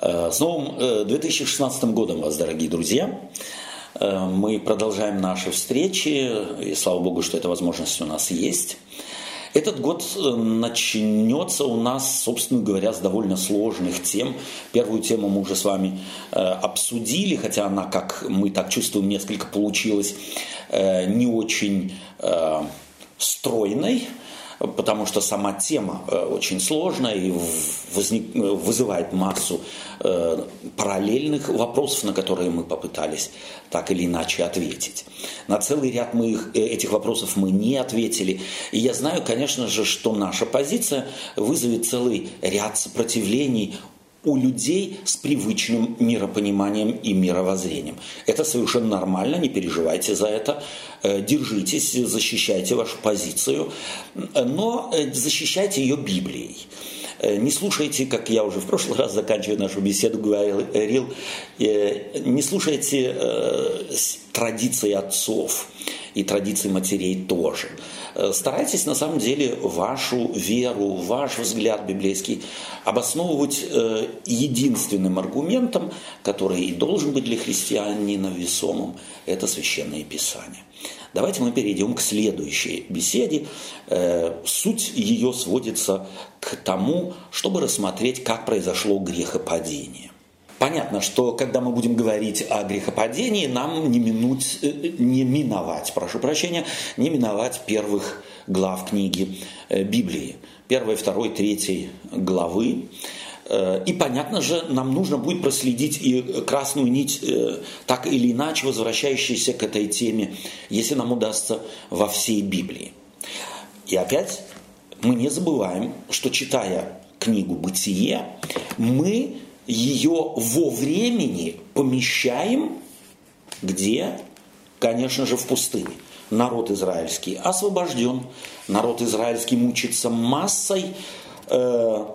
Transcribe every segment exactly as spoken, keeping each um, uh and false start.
С новым две тысячи шестнадцатым годом вас, дорогие друзья! Мы продолжаем наши встречи, и слава Богу, что эта возможность у нас есть. Этот год начнется у нас, собственно говоря, с довольно сложных тем. Первую тему мы уже с вами обсудили, хотя она, как мы так чувствуем, несколько получилась не очень стройной, потому что сама тема очень сложная и возник, вызывает массу э, параллельных вопросов, на которые мы попытались так или иначе ответить. На целый ряд мы их, этих вопросов мы не ответили. И я знаю, конечно же, что наша позиция вызовет целый ряд сопротивлений у людей с привычным миропониманием и мировоззрением. Это совершенно нормально, не переживайте за это. Держитесь, защищайте вашу позицию, но защищайте ее Библией. Не слушайте, как я уже в прошлый раз, заканчивая нашу беседу, говорил, не слушайте традиции отцов и традиции матерей тоже. Старайтесь на самом деле вашу веру, ваш взгляд библейский обосновывать единственным аргументом, который и должен быть для христианина весомым, это Священное Писание. Давайте мы перейдем к следующей беседе. Суть ее сводится к тому, чтобы рассмотреть, как произошло грехопадение. Понятно, что когда мы будем говорить о грехопадении, нам не, минуть, не миновать, прошу прощения, не миновать первых глав книги Библии. Первой, второй, третьей главы. И, понятно же, нам нужно будет проследить и красную нить, так или иначе возвращающуюся к этой теме, если нам удастся во всей Библии. И опять мы не забываем, что, читая книгу «Бытие», мы ее во времени помещаем где? Конечно же, в пустыне. Народ израильский освобожден, народ израильский мучится массой э,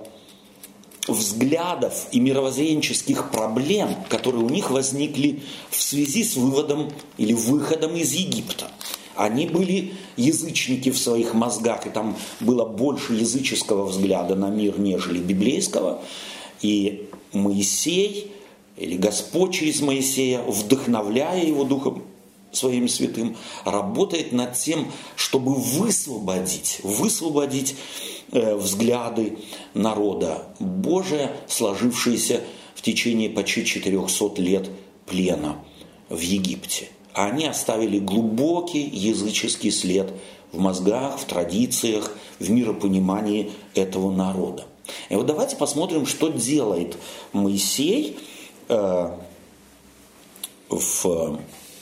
взглядов и мировоззренческих проблем, которые у них возникли в связи с выводом или выходом из Египта. Они были язычники в своих мозгах, и там было больше языческого взгляда на мир, нежели библейского. И Моисей, или Господь через Моисея, вдохновляя его Духом Своим Святым, работает над тем, чтобы высвободить, высвободить э, взгляды народа Божия, сложившиеся в течение почти четырехсот лет плена в Египте. Они оставили глубокий языческий след в мозгах, в традициях, в миропонимании этого народа. И вот давайте посмотрим, что делает Моисей э, в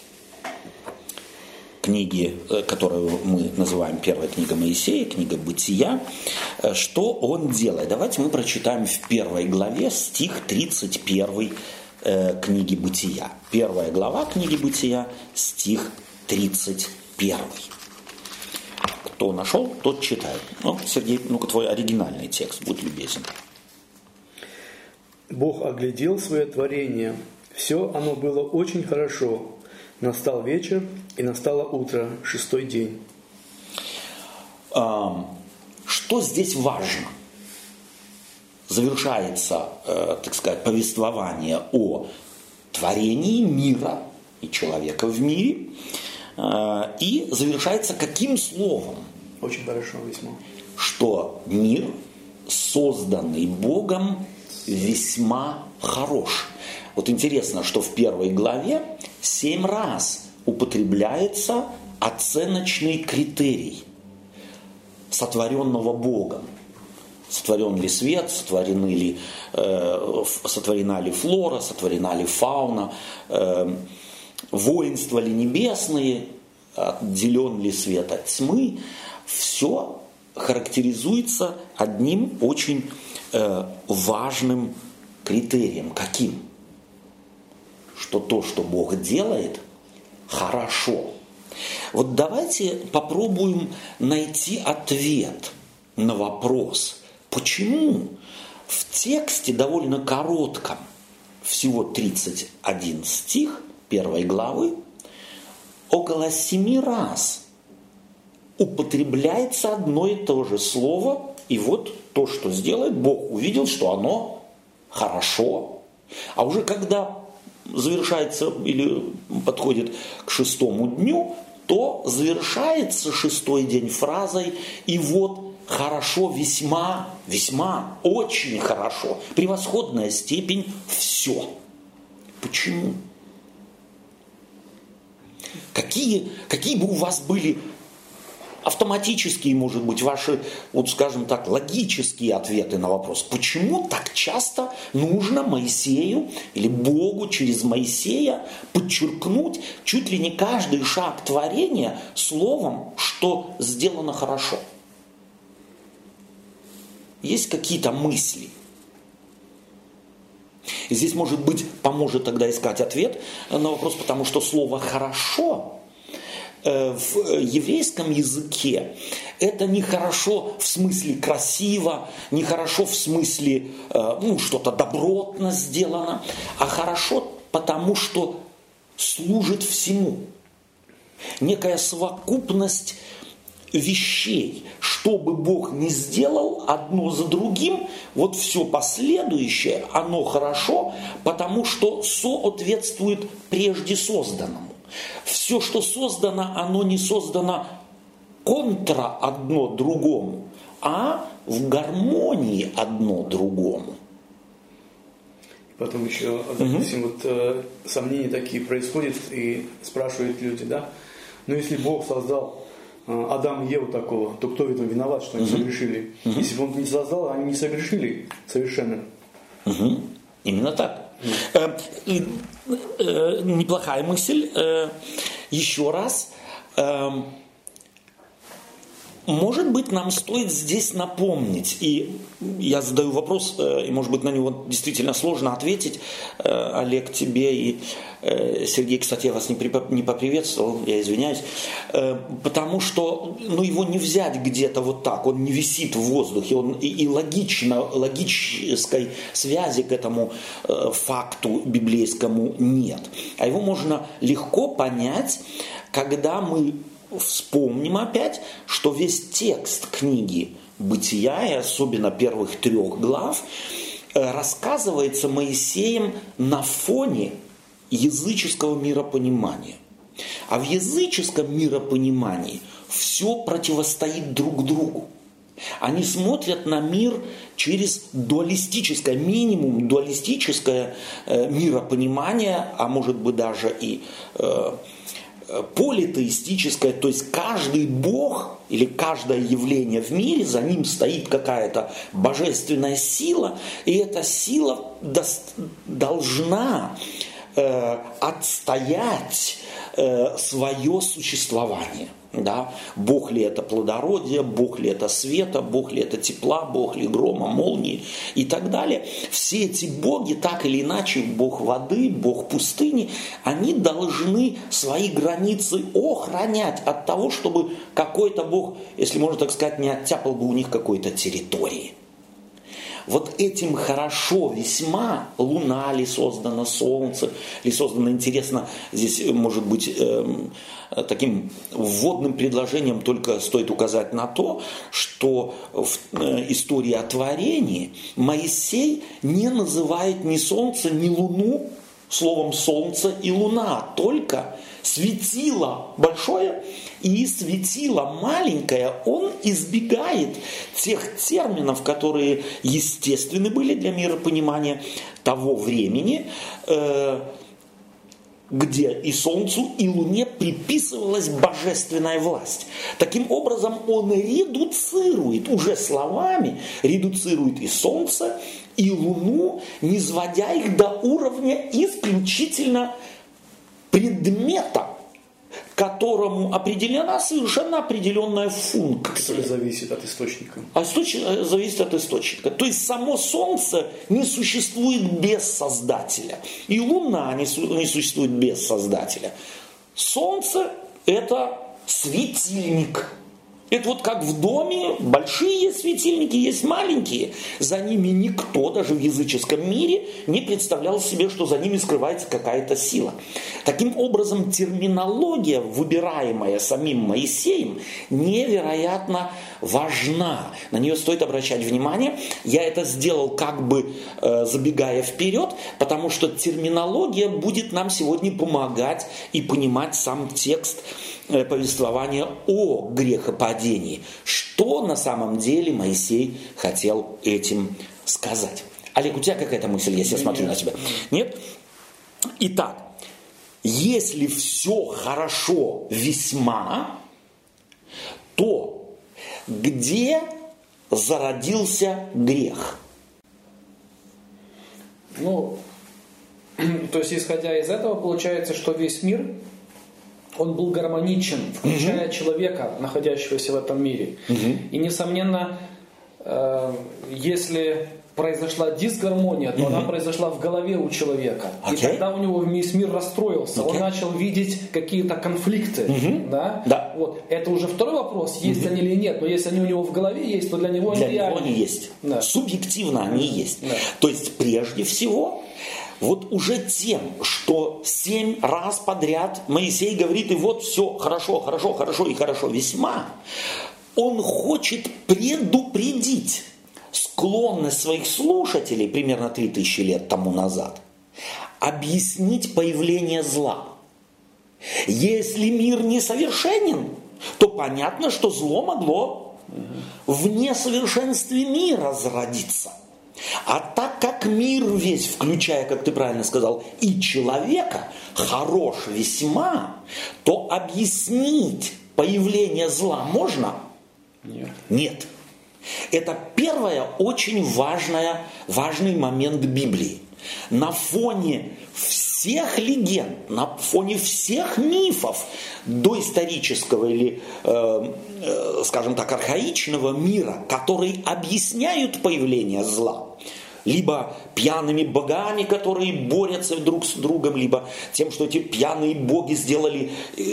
книге, которую мы называем первая книга Моисея, книга «Бытия». Что он делает? Давайте мы прочитаем в первой главе стих тридцать один э, книги «Бытия». Первая глава книги «Бытия», стих тридцать один. Кто нашел, тот читает. Ну, Сергей, ну-ка твой оригинальный текст, будь любезен. Бог оглядел свое творение. Все оно было очень хорошо. Настал вечер, и настало утро, шестой день. А, что здесь важно? Завершается, э, так сказать, повествование о творении мира и человека в мире. И завершается каким словом? Очень хорошо, весьма. Что мир, созданный Богом, весьма хорош. Вот интересно, что в первой главе семь раз употребляется оценочный критерий сотворенного Богом. Сотворен ли свет, сотворены ли, э, сотворена ли флора, сотворена ли фауна, э, воинства ли небесные, отделен ли свет от тьмы, все характеризуется одним очень э, важным критерием. Каким? Что то, что Бог делает, хорошо. Вот давайте попробуем найти ответ на вопрос, почему в тексте довольно коротком, всего тридцать один стих первой главы, около семи раз употребляется одно и то же слово, и вот то, что сделает Бог, увидел, что оно хорошо, А уже когда завершается или подходит к шестому дню, то завершается шестой день фразой «и вот хорошо, весьма, весьма, очень хорошо, превосходная степень, все». Почему? Какие, какие бы у вас были автоматические, может быть, ваши, вот скажем так, логические ответы на вопрос, почему так часто нужно Моисею или Богу через Моисея подчеркнуть чуть ли не каждый шаг творения словом, что сделано хорошо? Есть какие-то мысли? И здесь, может быть, поможет тогда искать ответ на вопрос, потому что слово «хорошо» в еврейском языке это не хорошо в смысле красиво, не хорошо в смысле ну, что-то добротно сделано, а хорошо потому, что служит всему. Некая совокупность вещей, что бы Бог ни сделал одно за другим, вот все последующее, оно хорошо, потому что соответствует прежде созданному. Все, что создано, оно не создано контра одно другому, а в гармонии одно другому. Потом еще, допустим, угу. вот э, сомнения такие происходят и спрашивают люди, да, но если Бог создал э, Адам и Еву такого, то кто в этом виноват, что они угу. согрешили? Угу. Если бы Он не создал, они не согрешили совершенно. Угу. Именно так. Э, э, э, неплохая мысль. Э, еще раз. Э, может быть, нам стоит здесь напомнить, и я задаю вопрос, э, и может быть на него действительно сложно ответить, э, Олег, тебе и э, Сергей, кстати, я вас не, при, не поприветствовал, я извиняюсь, э, потому что ну, его не взять где-то вот так, он не висит в воздухе, он, и, и логично, логической связи к этому э, факту библейскому нет. А его можно легко понять, когда мы вспомним опять, что весь текст книги «Бытия», и особенно первых трех глав, рассказывается Моисеем на фоне языческого миропонимания. А в языческом миропонимании все противостоит друг другу. Они смотрят на мир через дуалистическое, минимум дуалистическое миропонимание, а может быть даже и политеистическое, то есть каждый бог или каждое явление в мире, за ним стоит какая-то божественная сила, и эта сила должна э, отстоять э, свое существование. Да? Бог ли это плодородие, Бог ли это света, Бог ли это тепла, Бог ли грома, молнии и так далее. Все эти боги, так или иначе, Бог воды, Бог пустыни, они должны свои границы охранять от того, чтобы какой-то Бог, если можно так сказать, не оттяпал бы у них какой-то территории. Вот этим хорошо весьма, луна ли создана, солнце ли создано, интересно, здесь может быть эм, таким вводным предложением только стоит указать на то, что в э, истории о творении Моисей не называет ни солнце, ни луну словом солнце и луна, а только светило большое и светило маленькое. Он избегает тех терминов, которые естественны были для миропонимания того времени, где и солнцу, и луне приписывалась божественная власть. Таким образом, он редуцирует, уже словами, редуцирует и солнце, и луну, не сводя их до уровня исключительно предмета, которому определена совершенно определенная функция. Который зависит от источника. А источник зависит от источника. То есть само Солнце не существует без Создателя. И Луна не, не существует без Создателя. Солнце – это светильник. Это вот как в доме большие светильники, есть маленькие. За ними никто, даже в языческом мире, не представлял себе, что за ними скрывается какая-то сила. Таким образом, терминология, выбираемая самим Моисеем, невероятно важна, на нее стоит обращать внимание. Я это сделал как бы э, забегая вперед, потому что терминология будет нам сегодня помогать и понимать сам текст э, повествования о грехопадении. Что на самом деле Моисей хотел этим сказать. Олег, у тебя какая-то мысль, если я смотрю на тебя? Нет? Итак, если все хорошо весьма, то где зародился грех? Ну, то есть, исходя из этого, получается, что весь мир, он был гармоничен, включая угу. человека, находящегося в этом мире. Угу. И, несомненно, э, если произошла дисгармония, то угу. она произошла в голове у человека. Okay. И тогда у него весь мир расстроился. Okay. Он начал видеть какие-то конфликты. Угу. Да? Да. Вот. Это уже второй вопрос, есть угу. они или нет. Но если они у него в голове есть, то для него для они него реальны. они есть. Да. Субъективно они есть. Да. То есть прежде всего, вот уже тем, что семь раз подряд Моисей говорит, и вот все хорошо, хорошо, хорошо и хорошо весьма, он хочет предупредить склонность своих слушателей примерно три тысячи лет тому назад объяснить появление зла. Если мир несовершенен, то понятно, что зло могло в несовершенстве мира зародиться. А так как мир весь, включая, как ты правильно сказал, и человека, хорош весьма, то объяснить появление зла можно? Нет. Нет. Это первое очень важное, важный момент Библии. На фоне всех легенд, на фоне всех мифов доисторического или, э, э, скажем так, архаичного мира, которые объясняют появление зла, либо пьяными богами, которые борются друг с другом, либо тем, что эти пьяные боги сделали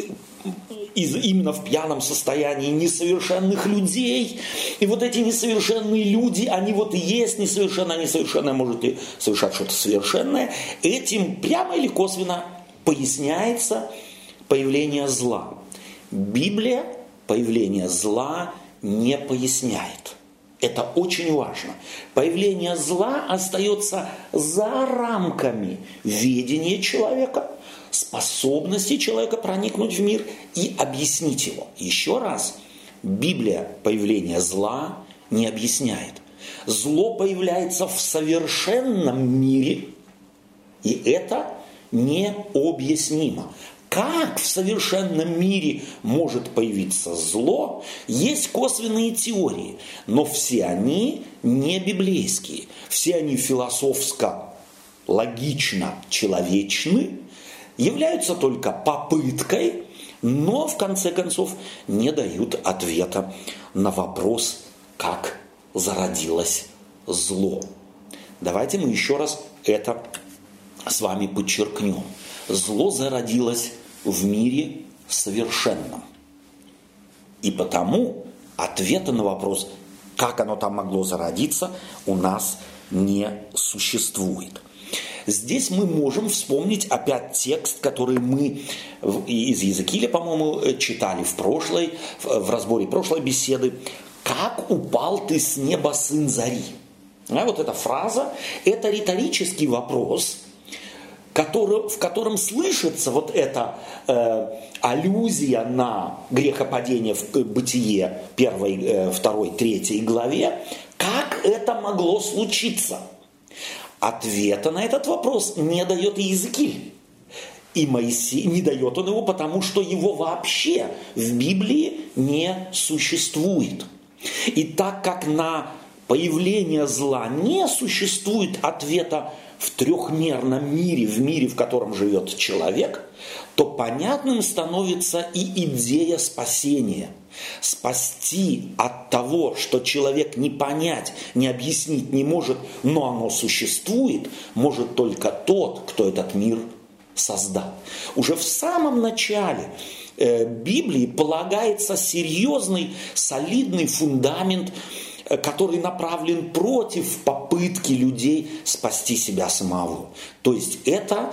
из, именно в пьяном состоянии несовершенных людей. И вот эти несовершенные люди, они вот и есть несовершенное, несовершенное может и совершать что-то совершенное. Этим прямо или косвенно поясняется появление зла. Библия появление зла не поясняет. Это очень важно. Появление зла остается за рамками видения человека, способности человека проникнуть в мир и объяснить его. Еще раз, Библия появление зла не объясняет. Зло появляется в совершенном мире, и это необъяснимо. Как в совершенном мире может появиться зло, есть косвенные теории, но все они не библейские, все они философско, логично человечны, являются только попыткой, но в конце концов не дают ответа на вопрос, как зародилось зло. Давайте мы еще раз это с вами подчеркнем. Зло зародилось в мире совершенном. И потому ответа на вопрос, как оно там могло зародиться, у нас не существует. Здесь мы можем вспомнить опять текст, который мы из Иезекииля, по-моему, читали в прошлой, в разборе прошлой беседы. «Как упал ты с неба, сын зари?» А вот эта фраза – это риторический вопрос, который, в котором слышится вот эта э, аллюзия на грехопадение в Бытие первой, э, второй, третьей главе. Как это могло случиться? Ответа на этот вопрос не дает Иезекииль. И Моисей не дает он его, потому что его вообще в Библии не существует. И так как на появление зла не существует ответа в трехмерном мире, в мире, в котором живет человек, то понятным становится и идея спасения. Спасти от того, что человек не понять, не объяснить не может, но оно существует, может только тот, кто этот мир создал. Уже в самом начале э, Библии полагается серьезный, солидный фундамент, который направлен против попытки людей спасти себя самого. То есть это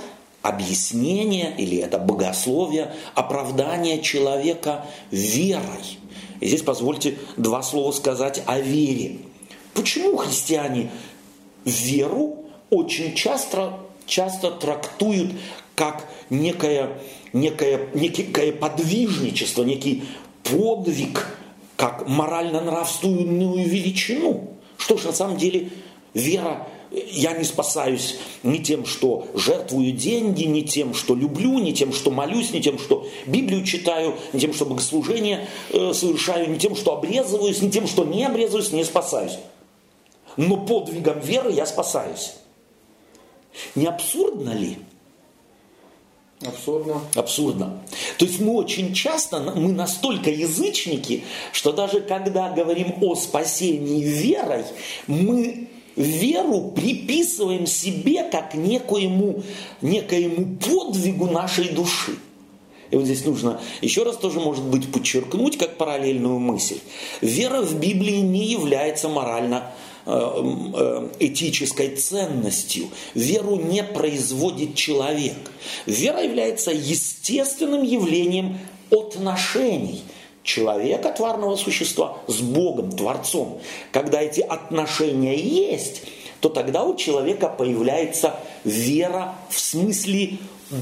объяснение или это богословие, оправдание человека верой. И здесь позвольте два слова сказать о вере. Почему христиане веру очень часто, часто трактуют как некое, некое, некое подвижничество, некий подвиг, как морально-нравственную величину? Что ж, на самом деле, вера, я не спасаюсь ни тем, что жертвую деньги, ни тем, что люблю, ни тем, что молюсь, ни тем, что Библию читаю, ни тем, что богослужение э, совершаю, ни тем, что обрезываюсь, ни тем, что не обрезываюсь, не спасаюсь. Но подвигом веры я спасаюсь. Не абсурдно ли? Абсурдно. Абсурдно. То есть мы очень часто, мы настолько язычники, что даже когда говорим о спасении верой, мы веру приписываем себе как некоему, некоему подвигу нашей души. И вот здесь нужно еще раз тоже, может быть, подчеркнуть, как параллельную мысль. Вера в Библии не является морально этической ценностью. Веру не производит человек. Вера является естественным явлением отношений человека, тварного существа, с Богом, Творцом. Когда эти отношения есть, то тогда у человека появляется вера в смысле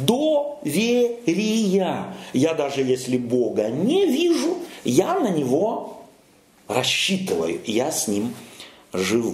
доверия. Я даже если Бога не вижу, я на Него рассчитываю, я с Ним живу.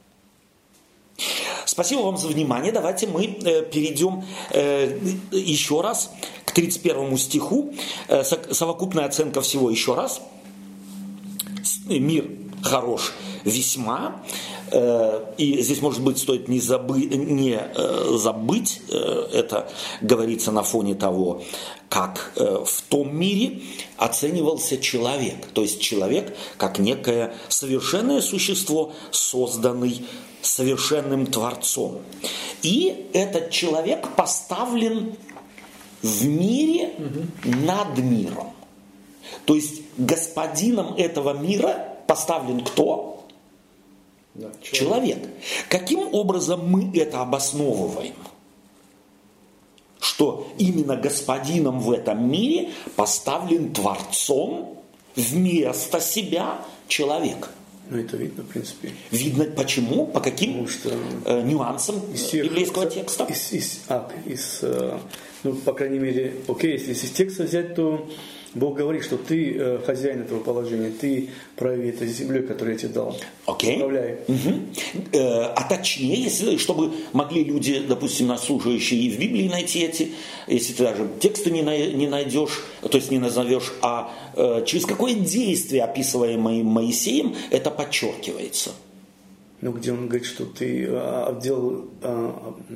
Спасибо вам за внимание. Давайте мы э, перейдем э, еще раз к тридцать первому стиху. Э, совокупная оценка всего еще раз. Мир хорош весьма. Э, и здесь, может быть, стоит не, забы, не э, забыть, э, это говорится на фоне того, как э, в том мире оценивался человек. То есть человек как некое совершенное существо, созданный совершенным Творцом. И этот человек поставлен в мире над миром. То есть господином этого мира поставлен кто? Да, человек. Человек. Каким образом мы это обосновываем? Что именно господином в этом мире поставлен Творцом вместо себя человек. Ну, это видно, в принципе. Видно почему? По каким что э, нюансам всех, библейского текста? Из, из, а, из, э, ну, по крайней мере, окей, если из текста взять, то Бог говорит, что ты э, хозяин этого положения, ты правее этой землей, которую я тебе дал. Окей. Управляй. Угу. Э, а точнее, если, чтобы могли люди, допустим, нас слушающие и в Библии найти эти, если ты даже тексты не, на, не найдешь, то есть не назовешь, а э, через какое действие, описываемое Моисеем, это подчеркивается? Ну, где он говорит, что ты э, отделал... Э, э,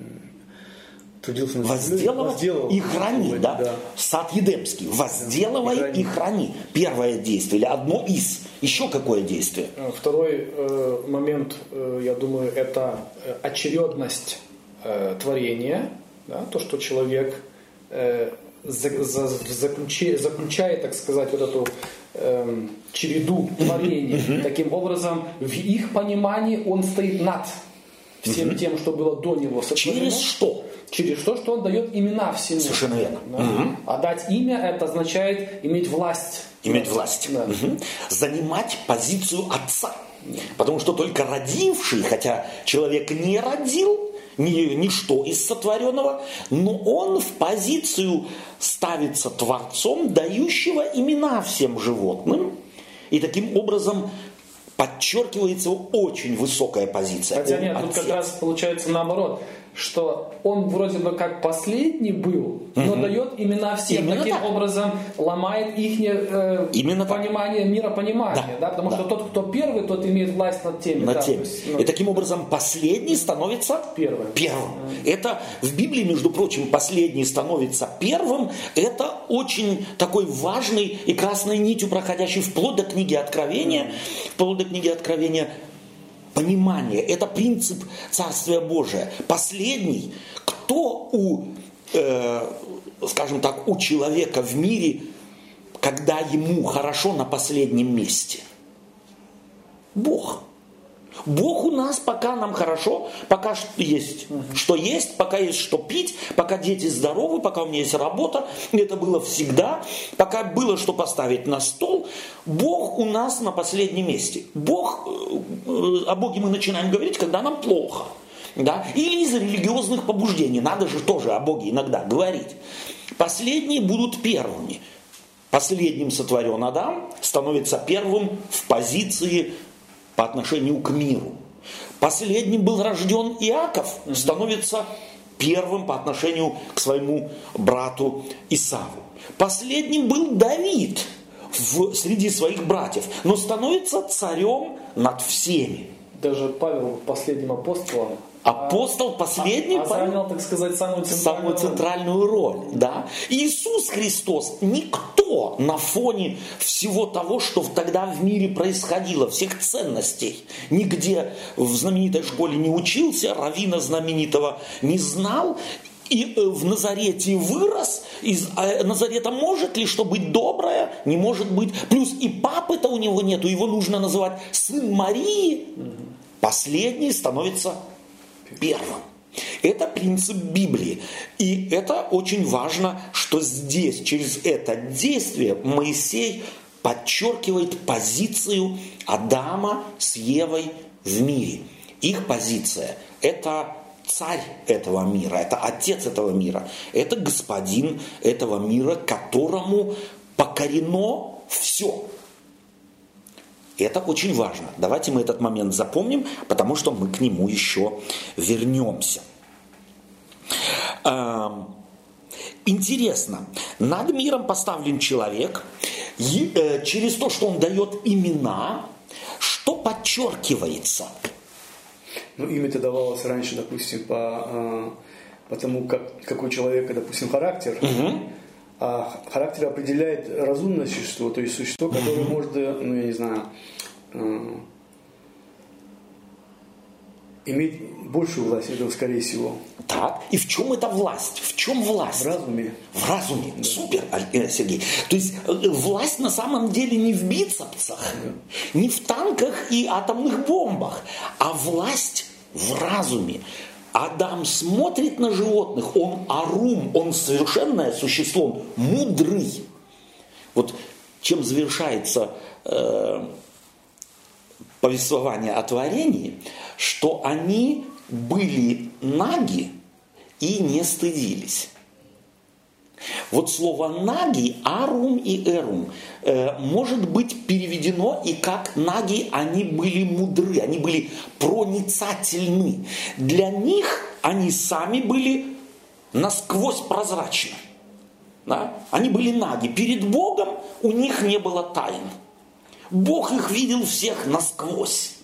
Возделывай и храни, да? Да. Сад Едемский. Возделывай да. и, храни. и храни. Первое действие или одно из. Еще какое действие? Второй э, момент, э, я думаю, это очередность э, творения. Да? То, что человек э, за, за, заключи, заключает, так сказать, вот эту э, череду творений. Таким образом, в их понимании он стоит над всем тем, что было до него сотворено. Через что? Через то, что он дает имена всему. Совершенно верно. Да. Угу. А дать имя, это означает иметь власть. Иметь власть. Да. Угу. Занимать позицию отца. Да. Потому что только родивший, хотя человек не родил ни, ничто из сотворенного, но он в позицию ставится Творцом, дающего имена всем животным. И таким образом подчеркивается очень высокая позиция. Хотя он нет, тут отец. как раз получается наоборот, что он вроде бы как последний был, но угу. дает имена всем. Именно Таким так. образом ломает их э, понимание, миропонимание. Да, да, потому да. что тот, кто первый, тот имеет власть над теми. Над да, теми. есть, ну, и таким образом последний становится первым. первым. Это в Библии, между прочим, последний становится первым. Это очень такой важный и красной нитью проходящий вплоть до книги Откровения. Вплоть до книги Откровения. Понимание, это принцип Царствия Божия. Последний, кто у, э, скажем так, у человека в мире, когда ему хорошо на последнем месте? Бог. Бог у нас, пока нам хорошо, пока есть что есть, пока есть что пить, пока дети здоровы, пока у меня есть работа, это было всегда, пока было что поставить на стол, Бог у нас на последнем месте. Бог, о Боге мы начинаем говорить, когда нам плохо. Да? Или из религиозных побуждений, надо же тоже о Боге иногда говорить. Последние будут первыми. Последним сотворен Адам, становится первым в позиции по отношению к миру. Последним был рожден Иаков, становится первым по отношению к своему брату Исаву. Последним был Давид в, среди своих братьев, но становится царем над всеми. Даже Павел последним апостолом. Апостол последний, а, а занял, так сказать, самую центральную, самую центральную роль. роль да? Иисус Христос никто на фоне всего того, что тогда в мире происходило, всех ценностей. Нигде в знаменитой школе не учился, раввина знаменитого не знал. И в Назарете вырос. Из Назарета может ли что быть доброе? Не может быть. Плюс и папы-то у него нету, его нужно называть сын Марии. Последний становится первым. Это принцип Библии. И это очень важно, что здесь, через это действие, Моисей подчеркивает позицию Адама с Евой в мире. Их позиция – это царь этого мира, это отец этого мира, это господин этого мира, которому покорено все. Это очень важно. Давайте мы этот момент запомним, потому что мы к нему еще вернемся. Интересно, над миром поставлен человек, через то, что он дает имена, что подчеркивается? Ну, имя-то давалось раньше, допустим, по, по тому, как, какой человек, допустим, характер. Угу. А характер определяет разумное существо, то есть существо, которое может, ну, я не знаю, э, иметь большую власть, это скорее всего. Так, и в чем эта власть? В чем власть? В разуме. В разуме, да. Супер, Сергей. То есть власть на самом деле не в бицепсах, да. Не в танках и атомных бомбах, а власть в разуме. Адам смотрит на животных, он арум, он совершенное существо, он мудрый. Вот чем завершается э, повествование о творении, что они были наги и не стыдились. Вот слово наги, арум и эрум, э, может быть переведено и как наги, они были мудры, они были проницательны. Для них они сами были насквозь прозрачны. Да? Они были наги. Перед Богом у них не было тайн. Бог их видел всех насквозь.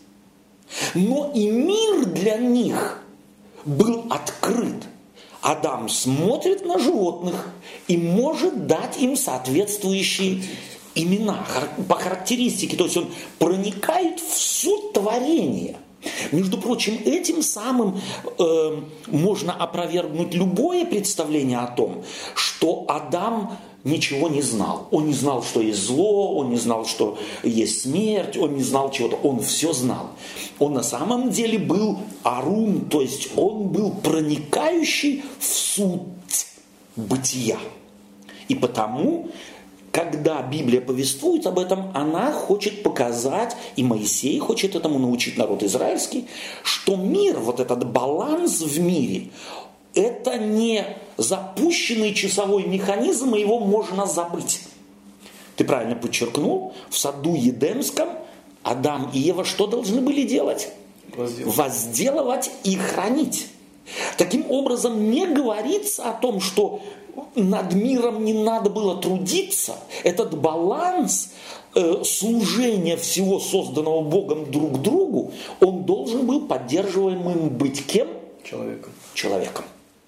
Но и мир для них был открыт. Адам смотрит на животных и может дать им соответствующие имена по характеристике. То есть он проникает в суть творения. Между прочим, этим самым э, можно опровергнуть любое представление о том, что Адам ничего не знал. Он не знал, что есть зло, он не знал, что есть смерть, он не знал чего-то. Он все знал. Он на самом деле был арум, то есть он был проникающий в суть бытия. И потому, когда Библия повествует об этом, она хочет показать, и Моисей хочет этому научить народ израильский, что мир, вот этот баланс в мире, это не запущенный часовой механизм, и его можно забыть. Ты правильно подчеркнул, в саду Едемском Адам и Ева что должны были делать? Возделывать. Возделывать и хранить. Таким образом, не говорится о том, что над миром не надо было трудиться. Этот баланс э, служения всего созданного Богом друг другу, он должен был поддерживаемым быть кем? Человеком. Человеком.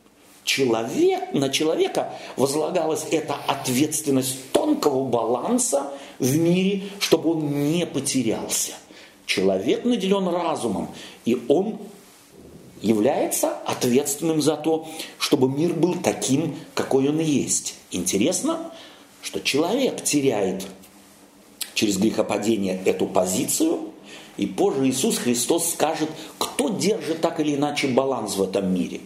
Человек, на человека возлагалась эта ответственность тонкого баланса в мире, чтобы он не потерялся. Человек наделен разумом, и он является ответственным за то, чтобы мир был таким, какой он есть. Интересно, что человек теряет через грехопадение эту позицию, И позже Иисус Христос скажет, кто держит так или иначе баланс в этом мире?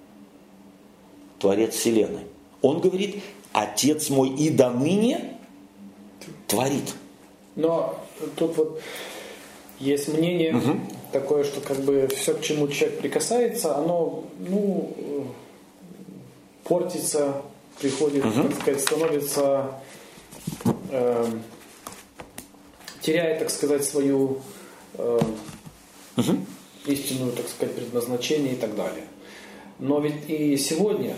Творец Вселенной. Он говорит, Отец мой и до ныне творит. Но тут вот есть мнение угу. такое, что как бы все, к чему человек прикасается, оно, ну, портится, приходит, угу. так сказать, становится, э, теряет, так сказать, свою э, угу. истинную, так сказать, предназначение и так далее. Но ведь и сегодня,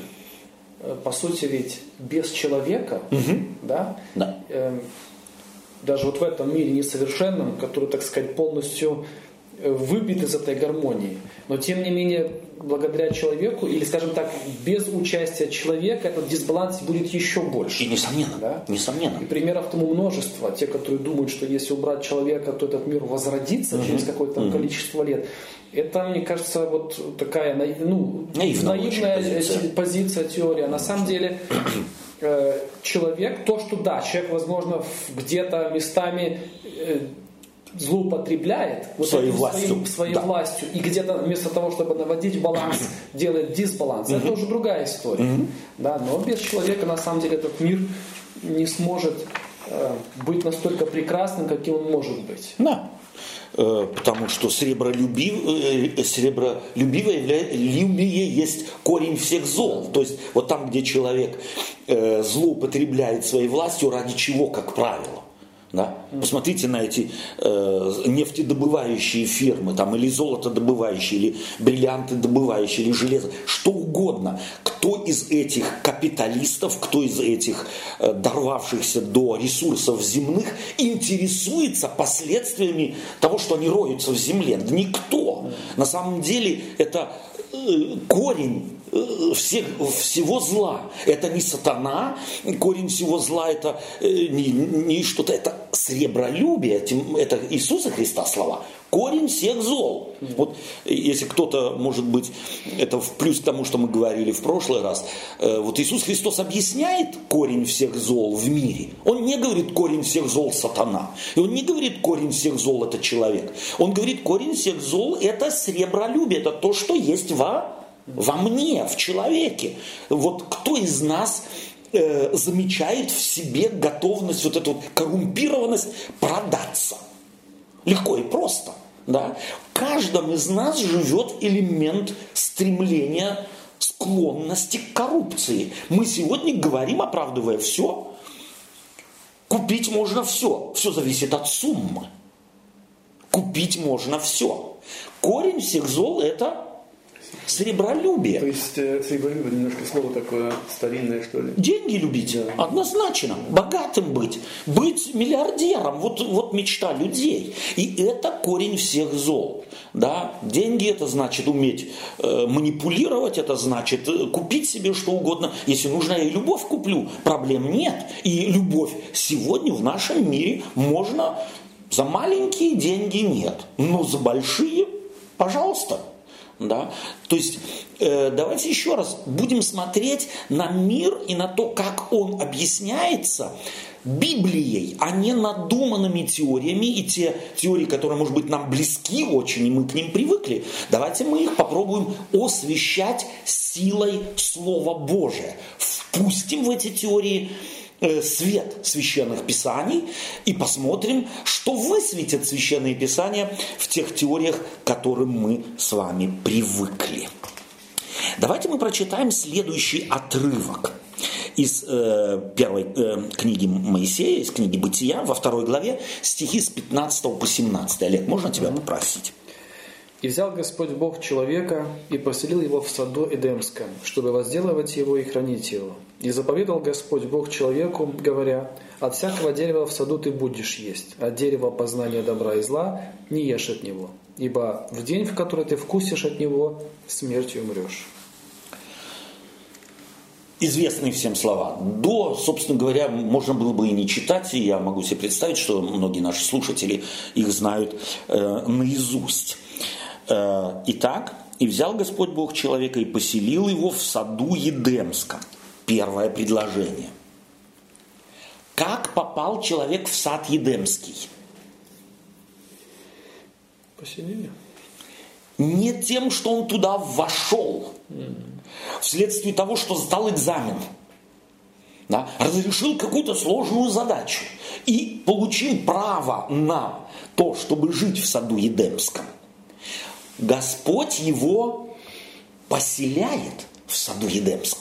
по сути, ведь без человека, угу. да, да. Э, даже вот в этом мире несовершенном, который, так сказать, полностью выбит из этой гармонии, но тем не менее, благодаря человеку, или, скажем так, без участия человека, этот дисбаланс будет еще больше. И несомненно, да? несомненно. И примеров тому множество. Те, которые думают, что если убрать человека, то этот мир возродится угу. через какое-то угу. количество лет. Это, мне кажется, вот такая ну, наивная, наивная позиция. позиция, теория. На самом деле э, человек, то, что да, человек, возможно, где-то местами э, злоупотребляет вот своей властью, своим, своей да. властью, и где-то вместо того, чтобы наводить баланс, делает дисбаланс. Это уже другая история. Да, но без человека, на самом деле, этот мир не сможет э, быть настолько прекрасным, каким он может быть. Да. Потому что сребролюбив, сребролюбивое любие есть корень всех зол. То есть вот там, где человек злоупотребляет своей властью, ради чего, как правило. Да? Посмотрите на эти э, нефтедобывающие фирмы, там, или золотодобывающие, или бриллиантодобывающие, или железо, что угодно. Кто из этих капиталистов, кто из этих э, дорвавшихся до ресурсов земных интересуется последствиями того, что они роются в земле? Да никто. На самом деле это э, корень Всех, всего зла. Это не сатана, корень всего зла, это не, не что-то, это сребролюбие, это Иисуса Христа слова. Корень всех зол. Вот если кто-то, может быть, это в плюс к тому, что мы говорили в прошлый раз, вот Иисус Христос объясняет корень всех зол в мире. Он не говорит корень всех зол сатана. И он не говорит корень всех зол это человек. Он говорит корень всех зол это сребролюбие, это то, что есть во Во мне, в человеке. Вот кто из нас э, замечает в себе готовность, вот эту вот коррумпированность продаться? Легко и просто. Да? В каждом из нас живет элемент стремления, склонности к коррупции. Мы сегодня говорим, оправдывая все, купить можно все. Все зависит от суммы. Купить можно все. Корень всех зол это сребролюбие. То есть э, сребролюбие немножко слово такое старинное, что ли? Деньги любить, да. Однозначно. Богатым быть. Быть миллиардером. Вот, вот мечта людей. И это корень всех зол. Да? Деньги это значит уметь э, манипулировать, это значит э, купить себе что угодно. Если нужно, я и любовь куплю. Проблем нет. И любовь сегодня в нашем мире можно за маленькие деньги нет. Но за большие, пожалуйста. Да? То есть э, давайте еще раз будем смотреть на мир и на то, как он объясняется Библией, а не надуманными теориями. И те теории, которые, может быть, нам близки очень, и мы к ним привыкли, давайте мы их попробуем освещать силой Слова Божия. Впустим в эти теории свет священных писаний и посмотрим, что высветят священные писания в тех теориях, к которым мы с вами привыкли. Давайте мы прочитаем следующий отрывок из э, первой э, книги Моисея, из книги Бытия, во второй главе, стихи с пятнадцатого по семнадцатый. Олег, можно тебя попросить? «И взял Господь Бог человека и поселил его в саду Эдемском, чтобы возделывать его и хранить его. И заповедал Господь Бог человеку, говоря: от всякого дерева в саду ты будешь есть, от дерева познания добра и зла не ешь от него, ибо в день, в который ты вкусишь от него, смертью умрешь». Известные всем слова. До, собственно говоря, можно было бы и не читать, и я могу себе представить, что многие наши слушатели их знают э, наизусть. Э, итак, «И взял Господь Бог человека и поселил его в саду Едемском». Первое предложение. Как попал человек в сад Едемский? Поселение? Не тем, что он туда вошел, вследствие того, что сдал экзамен, да, разрешил какую-то сложную задачу и получил право на то, чтобы жить в саду Едемском. Господь его поселяет в саду Едемском.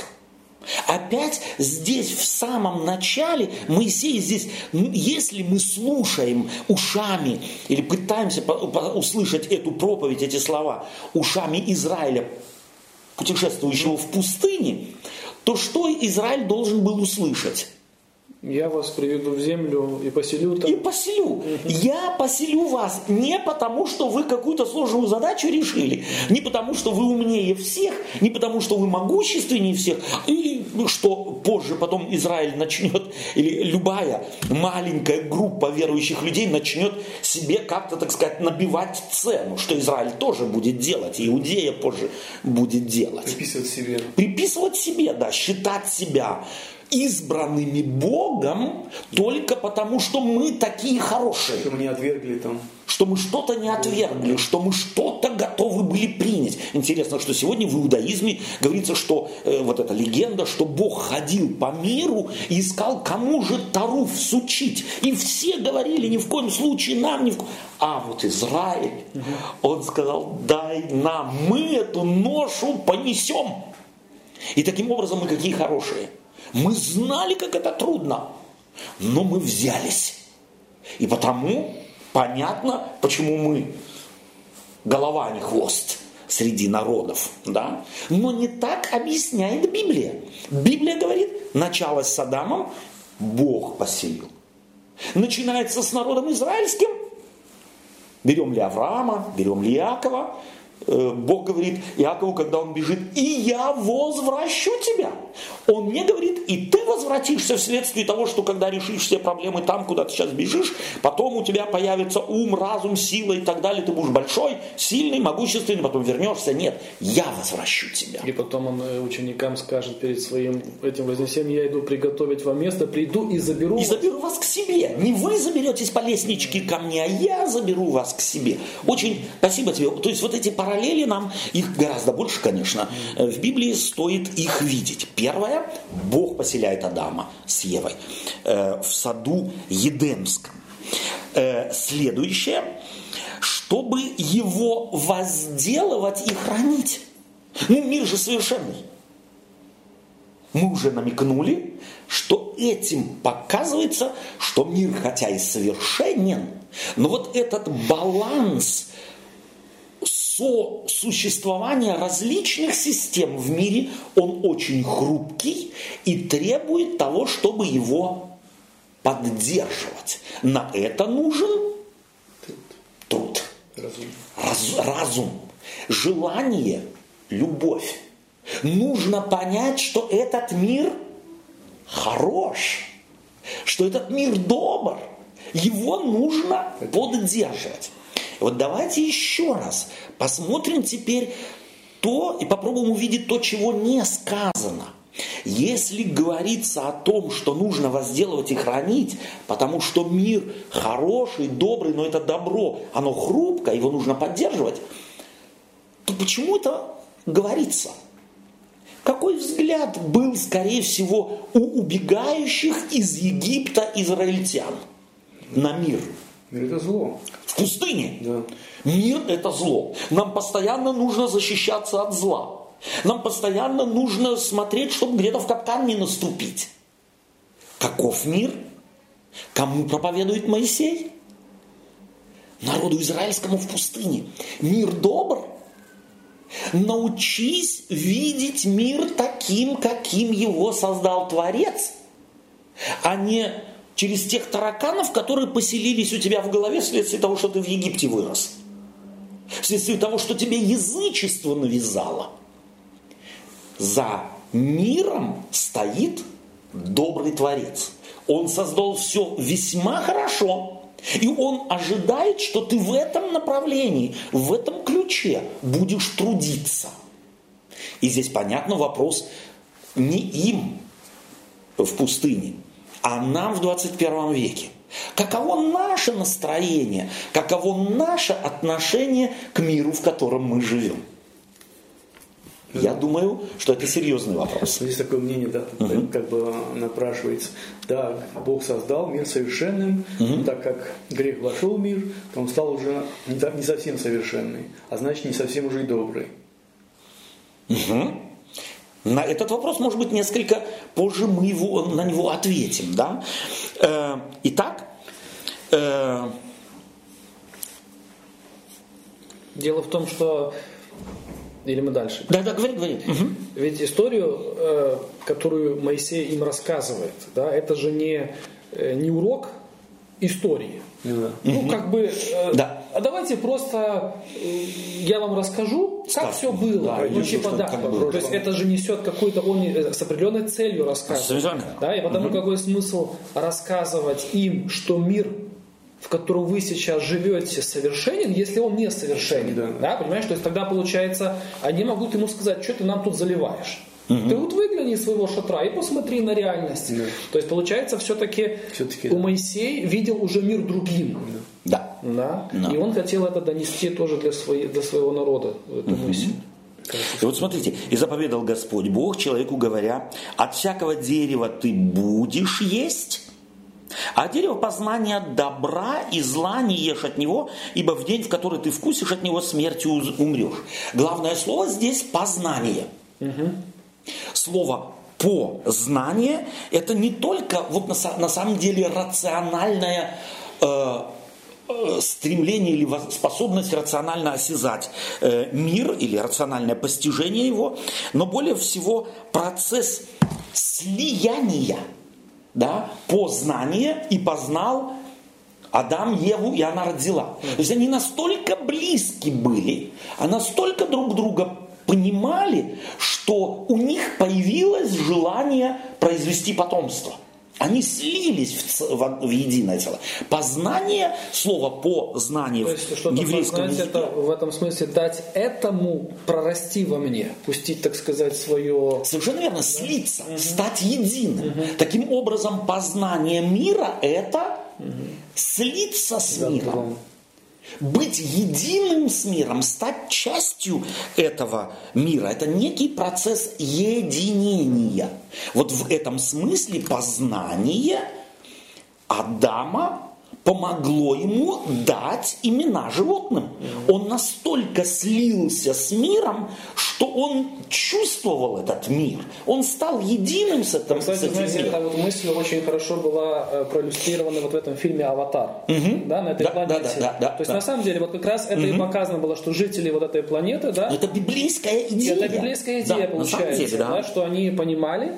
Опять здесь, в самом начале, Моисей здесь, если мы слушаем ушами или пытаемся услышать эту проповедь, эти слова ушами Израиля, путешествующего в пустыне, то что Израиль должен был услышать? Я вас приведу в землю и поселю там. И поселю. Я поселю вас не потому, что вы какую-то сложную задачу решили, не потому, что вы умнее всех, не потому, что вы могущественнее всех, или что позже потом Израиль начнет, или любая маленькая группа верующих людей начнет себе как-то, так сказать, набивать цену, что Израиль тоже будет делать, и Иудея позже будет делать. Приписывать себе. Приписывать себе, да, считать себя избранными Богом только потому, что мы такие хорошие. Что мы не отвергли там. Что мы что-то не отвергли, что мы что-то готовы были принять. Интересно, что сегодня в иудаизме говорится, что э, вот эта легенда, что Бог ходил по миру и искал, кому же Тору всучить. И все говорили, ни в коем случае нам, ни в коем... А вот Израиль, угу. он сказал, дай нам, мы эту ношу понесем. И таким образом мы какие хорошие. Мы знали, как это трудно, но мы взялись. И потому понятно, почему мы голова, а не хвост среди народов. Да? Но не так объясняет Библия. Библия говорит, началось с Адамом, Бог поселил. Начинается с народом израильским. Берем ли Авраама, берем ли Иакова. Бог говорит Иакову, когда он бежит, и я возвращу тебя. Он не говорит, и ты возвратишься вследствие того, что когда решишь все проблемы там, куда ты сейчас бежишь, потом у тебя появится ум, разум, сила и так далее, ты будешь большой, сильный, могущественный, потом вернешься. Нет, я возвращу тебя. И потом он ученикам скажет перед своим этим вознесением, я иду приготовить вам место, приду и заберу и вас. заберу вас к себе. Не вы заберетесь по лестничке ко мне, а я заберу вас к себе. Очень спасибо тебе. То есть вот эти параллели нам, их гораздо больше, конечно, в Библии стоит их видеть. Первое, Бог поселяет Адама с Евой э, в саду Едемском. Э, следующее, чтобы его возделывать и хранить. Ну, мир же совершенный. Мы уже намекнули, что этим показывается, что мир хотя и совершенен, но вот этот баланс сосуществования различных систем в мире, он очень хрупкий и требует того, чтобы его поддерживать. На это нужен труд, разум, Раз, разум желание, любовь. Нужно понять, что этот мир хорош, что этот мир добр, его нужно поддерживать. Вот давайте еще раз посмотрим теперь то и попробуем увидеть то, чего не сказано. Если говорится о том, что нужно возделывать и хранить, потому что мир хороший, добрый, но это добро, оно хрупкое, его нужно поддерживать, то почему это говорится? Какой взгляд был, скорее всего, у убегающих из Египта израильтян на мир? Мир это зло. В пустыне. Да. Мир это зло. Нам постоянно нужно защищаться от зла. Нам постоянно нужно смотреть, чтобы где-то в капкан не наступить. Каков мир? Кому проповедует Моисей? Народу израильскому в пустыне. Мир добр. Научись видеть мир таким, каким его создал Творец, а не через тех тараканов, которые поселились у тебя в голове вследствие того, что ты в Египте вырос. Вследствие того, что тебе язычество навязало. За миром стоит добрый Творец. Он создал все весьма хорошо. И он ожидает, что ты в этом направлении, в этом ключе будешь трудиться. И здесь, понятно, вопрос не им в пустыне, а нам в двадцать первом веке. Каково наше настроение, каково наше отношение к миру, в котором мы живем? Я думаю, что это серьезный вопрос. Здесь такое мнение, да, угу. как бы напрашивается. Да, Бог создал мир совершенным, угу. но так как грех вошел в мир, то он стал уже не, не совсем совершенный, а значит не совсем уже и добрый. Угу. На этот вопрос, может быть, несколько позже мы его, на него ответим. Да? Э, итак, э... дело в том, что... Или мы дальше? Да, да, говори, говори. Угу. Ведь историю, э, которую Моисей им рассказывает, да, это же не, э, не урок истории. Да. Ну, угу. как бы, э, да. а давайте просто э, я вам расскажу, как Сказку. все было. Да, ну, типа, да. То есть это же несет какую-то, он с определенной целью рассказывает. Да, и потому угу. какой смысл рассказывать им, что мир, в котором вы сейчас живете, совершенен, если он не совершенен. Да. Да, понимаешь? То есть тогда получается, они могут ему сказать, что ты нам тут заливаешь. Угу. Ты вот выгляни из своего шатра и посмотри на реальность. Да. То есть получается все-таки, все-таки у да. Моисея видел уже мир другим. Да. Да. Да. И он хотел это донести тоже для, своей, для своего народа, эту угу. мысль. И вот смотрите, и заповедал Господь Бог человеку, говоря, от всякого дерева ты будешь есть, а дерево познания добра и зла не ешь от него, ибо в день, в который ты вкусишь от него, смертью умрешь. Главное слово здесь познание. Угу. Слово познание это не только вот на, на самом деле рациональное э, э, стремление или способность рационально осязать э, мир или рациональное постижение его, но более всего процесс слияния. Да, познание, и познал Адам Еву, и она родила. То есть они настолько близки были, а настолько друг друга понимали, что у них появилось желание произвести потомство. Они слились в, в, в единое целое. Познание, слово познание то есть, в еврейском языке. Это в этом смысле дать этому прорасти во мне, пустить, так сказать, свое... Совершенно верно, слиться, угу. стать единым. Угу. Таким образом, познание мира – это угу. слиться с да, миром. Да. Быть единым с миром, стать частью этого мира, это некий процесс единения. Вот в этом смысле познание Адама помогло ему дать имена животным. Он настолько слился с миром, что он чувствовал этот мир. Он стал единым с этим, Кстати, с этим знаете, миром. эта вот мысль очень хорошо была проиллюстрирована вот в этом фильме «Аватар». Угу. Да, на этой да, планете. Да, да, да, да, То есть да. на самом деле вот как раз это угу. и показано было, что жители вот этой планеты, да, это библейская идея. Это библейская идея, да, получается, деле, да. Да, что они понимали,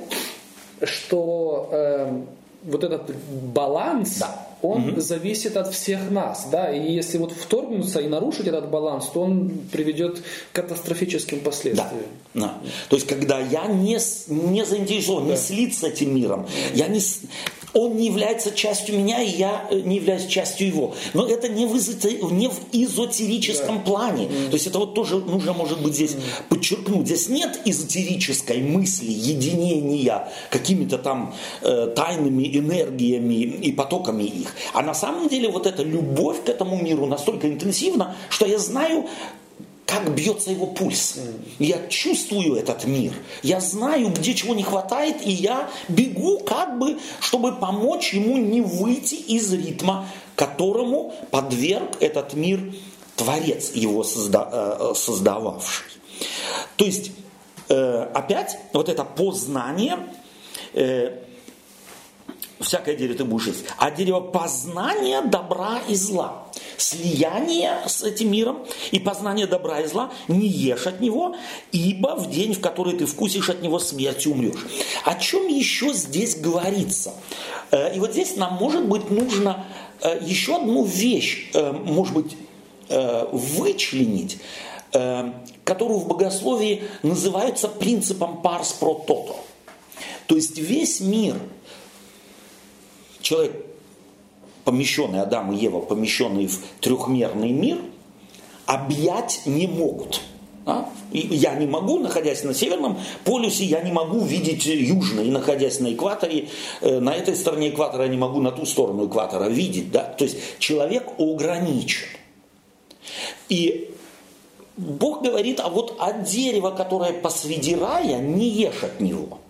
что э, вот этот баланс, да. он угу. зависит от всех нас, да, и если вот вторгнуться и нарушить этот баланс, то он приведет к катастрофическим последствиям. Да. Да. То есть, когда я не, не заинтересован, да. не слиться с этим миром, я не, он не является частью меня, и я не являюсь частью его. Но это не в, эзотер, не в эзотерическом да. плане. Mm. То есть, это вот тоже нужно, может быть, здесь mm. подчеркнуть. Здесь нет эзотерической мысли, единения какими-то там э, тайными энергиями и потоками их. А на самом деле вот эта любовь к этому миру настолько интенсивна, что я знаю, как бьется его пульс. Я чувствую этот мир. Я знаю, где чего не хватает, и я бегу как бы, чтобы помочь ему не выйти из ритма, которому подверг этот мир Творец, его созда- создававший. То есть, опять, вот это познание, всякое дерево ты будешь есть. А дерево познания добра и зла, слияние с этим миром и познание добра и зла, не ешь от него, ибо в день, в который ты вкусишь от него, смертью умрешь. О чем еще здесь говорится? И вот здесь нам, может быть, нужно еще одну вещь, может быть, вычленить, которую в богословии называется принципом парс про тото. То есть весь мир, человек, помещенный, Адам и Ева, помещенный в трехмерный мир, объять не могут. А? И я не могу, находясь на Северном полюсе, я не могу видеть Южный, и находясь на экваторе, э, на этой стороне экватора я не могу на ту сторону экватора видеть. Да? То есть человек ограничен. И Бог говорит, а вот от дерева, которое посреди рая, не ешь от него.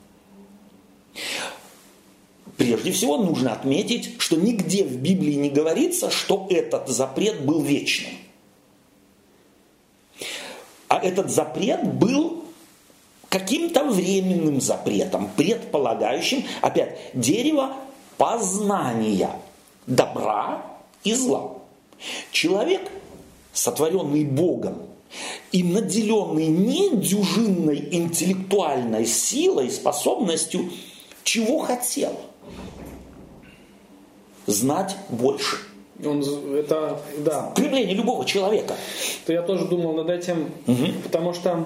Прежде всего нужно отметить, что нигде в Библии не говорится, что этот запрет был вечным. А этот запрет был каким-то временным запретом, предполагающим, опять, дерево познания добра и зла. Человек, сотворенный Богом и наделенный недюжинной интеллектуальной силой, способностью, чего хотел? Знать больше. Он, это, да. Стремление любого человека. То я тоже думал над этим, угу. потому что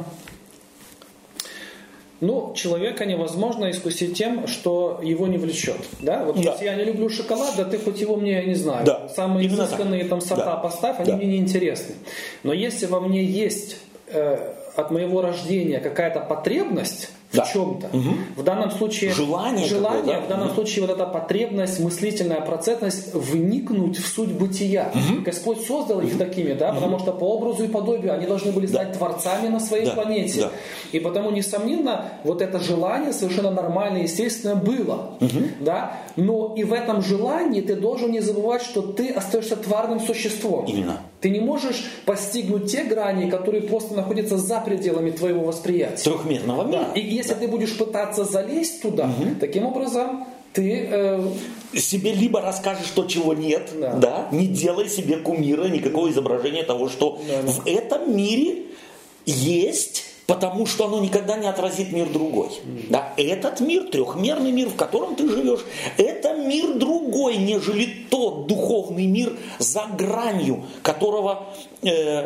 ну, человека невозможно искусить тем, что его не влечет. Да? Вот да. Если я не люблю шоколад, да ты хоть его мне, я не знаю, да. самые Именно изысканные так. там сорта да. поставь, они да. мне не интересны. Но если во мне есть э, от моего рождения какая-то потребность да. в чем-то. Угу. В данном случае желание, желание какое, да? в данном угу. случае вот эта потребность, мыслительная процентность вникнуть в суть бытия. Угу. Господь создал их такими, да, угу. потому что по образу и подобию они должны были стать да. творцами на своей да. планете. Да. И потому, несомненно, вот это желание совершенно нормально и естественно было. Угу. Да? Но и в этом желании ты должен не забывать, что ты остаешься тварным существом. Именно. Ты не можешь постигнуть те грани, которые просто находятся за пределами твоего восприятия. Трехмерного мира. Да. И если да. ты будешь пытаться залезть туда, угу. таким образом ты... Э... себе либо расскажешь то, чего нет, да. Да? Не делай себе кумира, никакого изображения того, что да, да. в этом мире есть... Потому что оно никогда не отразит мир другой. Mm. Да? Этот мир, трехмерный мир, в котором ты живешь, это мир другой, нежели тот духовный мир, за гранью которого, э, э,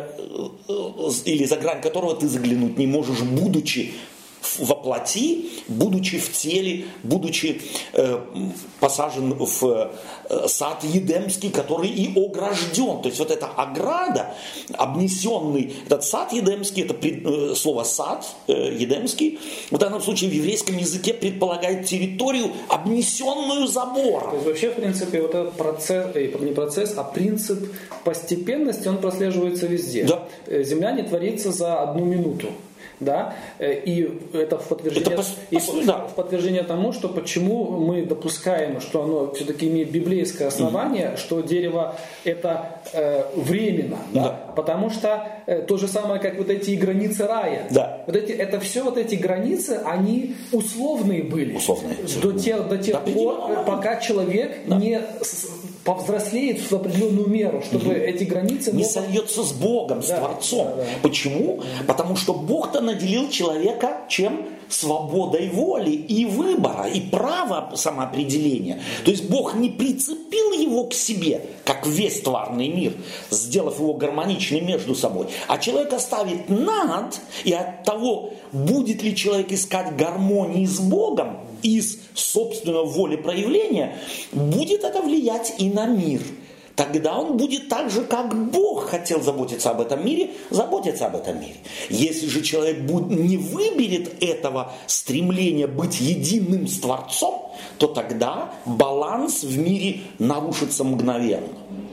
или за грань которого ты заглянуть не можешь, будучи во плоти, будучи в теле, будучи э, посажен в э, сад Едемский, который и огражден. То есть вот эта ограда, обнесенный, этот сад Едемский, это пред, э, слово сад э, Едемский, в данном случае в еврейском языке предполагает территорию, обнесенную забором. То есть вообще, в принципе, вот этот процесс, э, не процесс, а принцип постепенности, он прослеживается везде. Да. Земля не творится за одну минуту. Да? И это в подтверждение, это пос... и да. в подтверждение тому, что почему мы допускаем, что оно все-таки имеет библейское основание, mm-hmm. что дерево это э, временно, да? Да. Потому что э, то же самое, как вот эти границы рая. Да. Вот эти, это все вот эти границы, они условные были. Условные. До тех, до тех да, пор, да. пока человек да. не повзрослеет в определенную меру, чтобы mm-hmm. эти границы... Не мог... сольется с Богом, да. с Творцом. Да, да. Почему? Mm-hmm. Потому что Бог-то наделил человека чем? Свободой воли и выбора, и права самоопределения. То есть Бог не прицепил его к себе, как весь тварный мир, сделав его гармоничным между собой, а человека ставит над, и от того, будет ли человек искать гармонии с Богом из собственного волепроявления, будет это влиять и на мир. Тогда он будет так же, как Бог хотел заботиться об этом мире, заботиться об этом мире. Если же человек не выберет этого стремления быть единым с Творцом, то тогда баланс в мире нарушится мгновенно.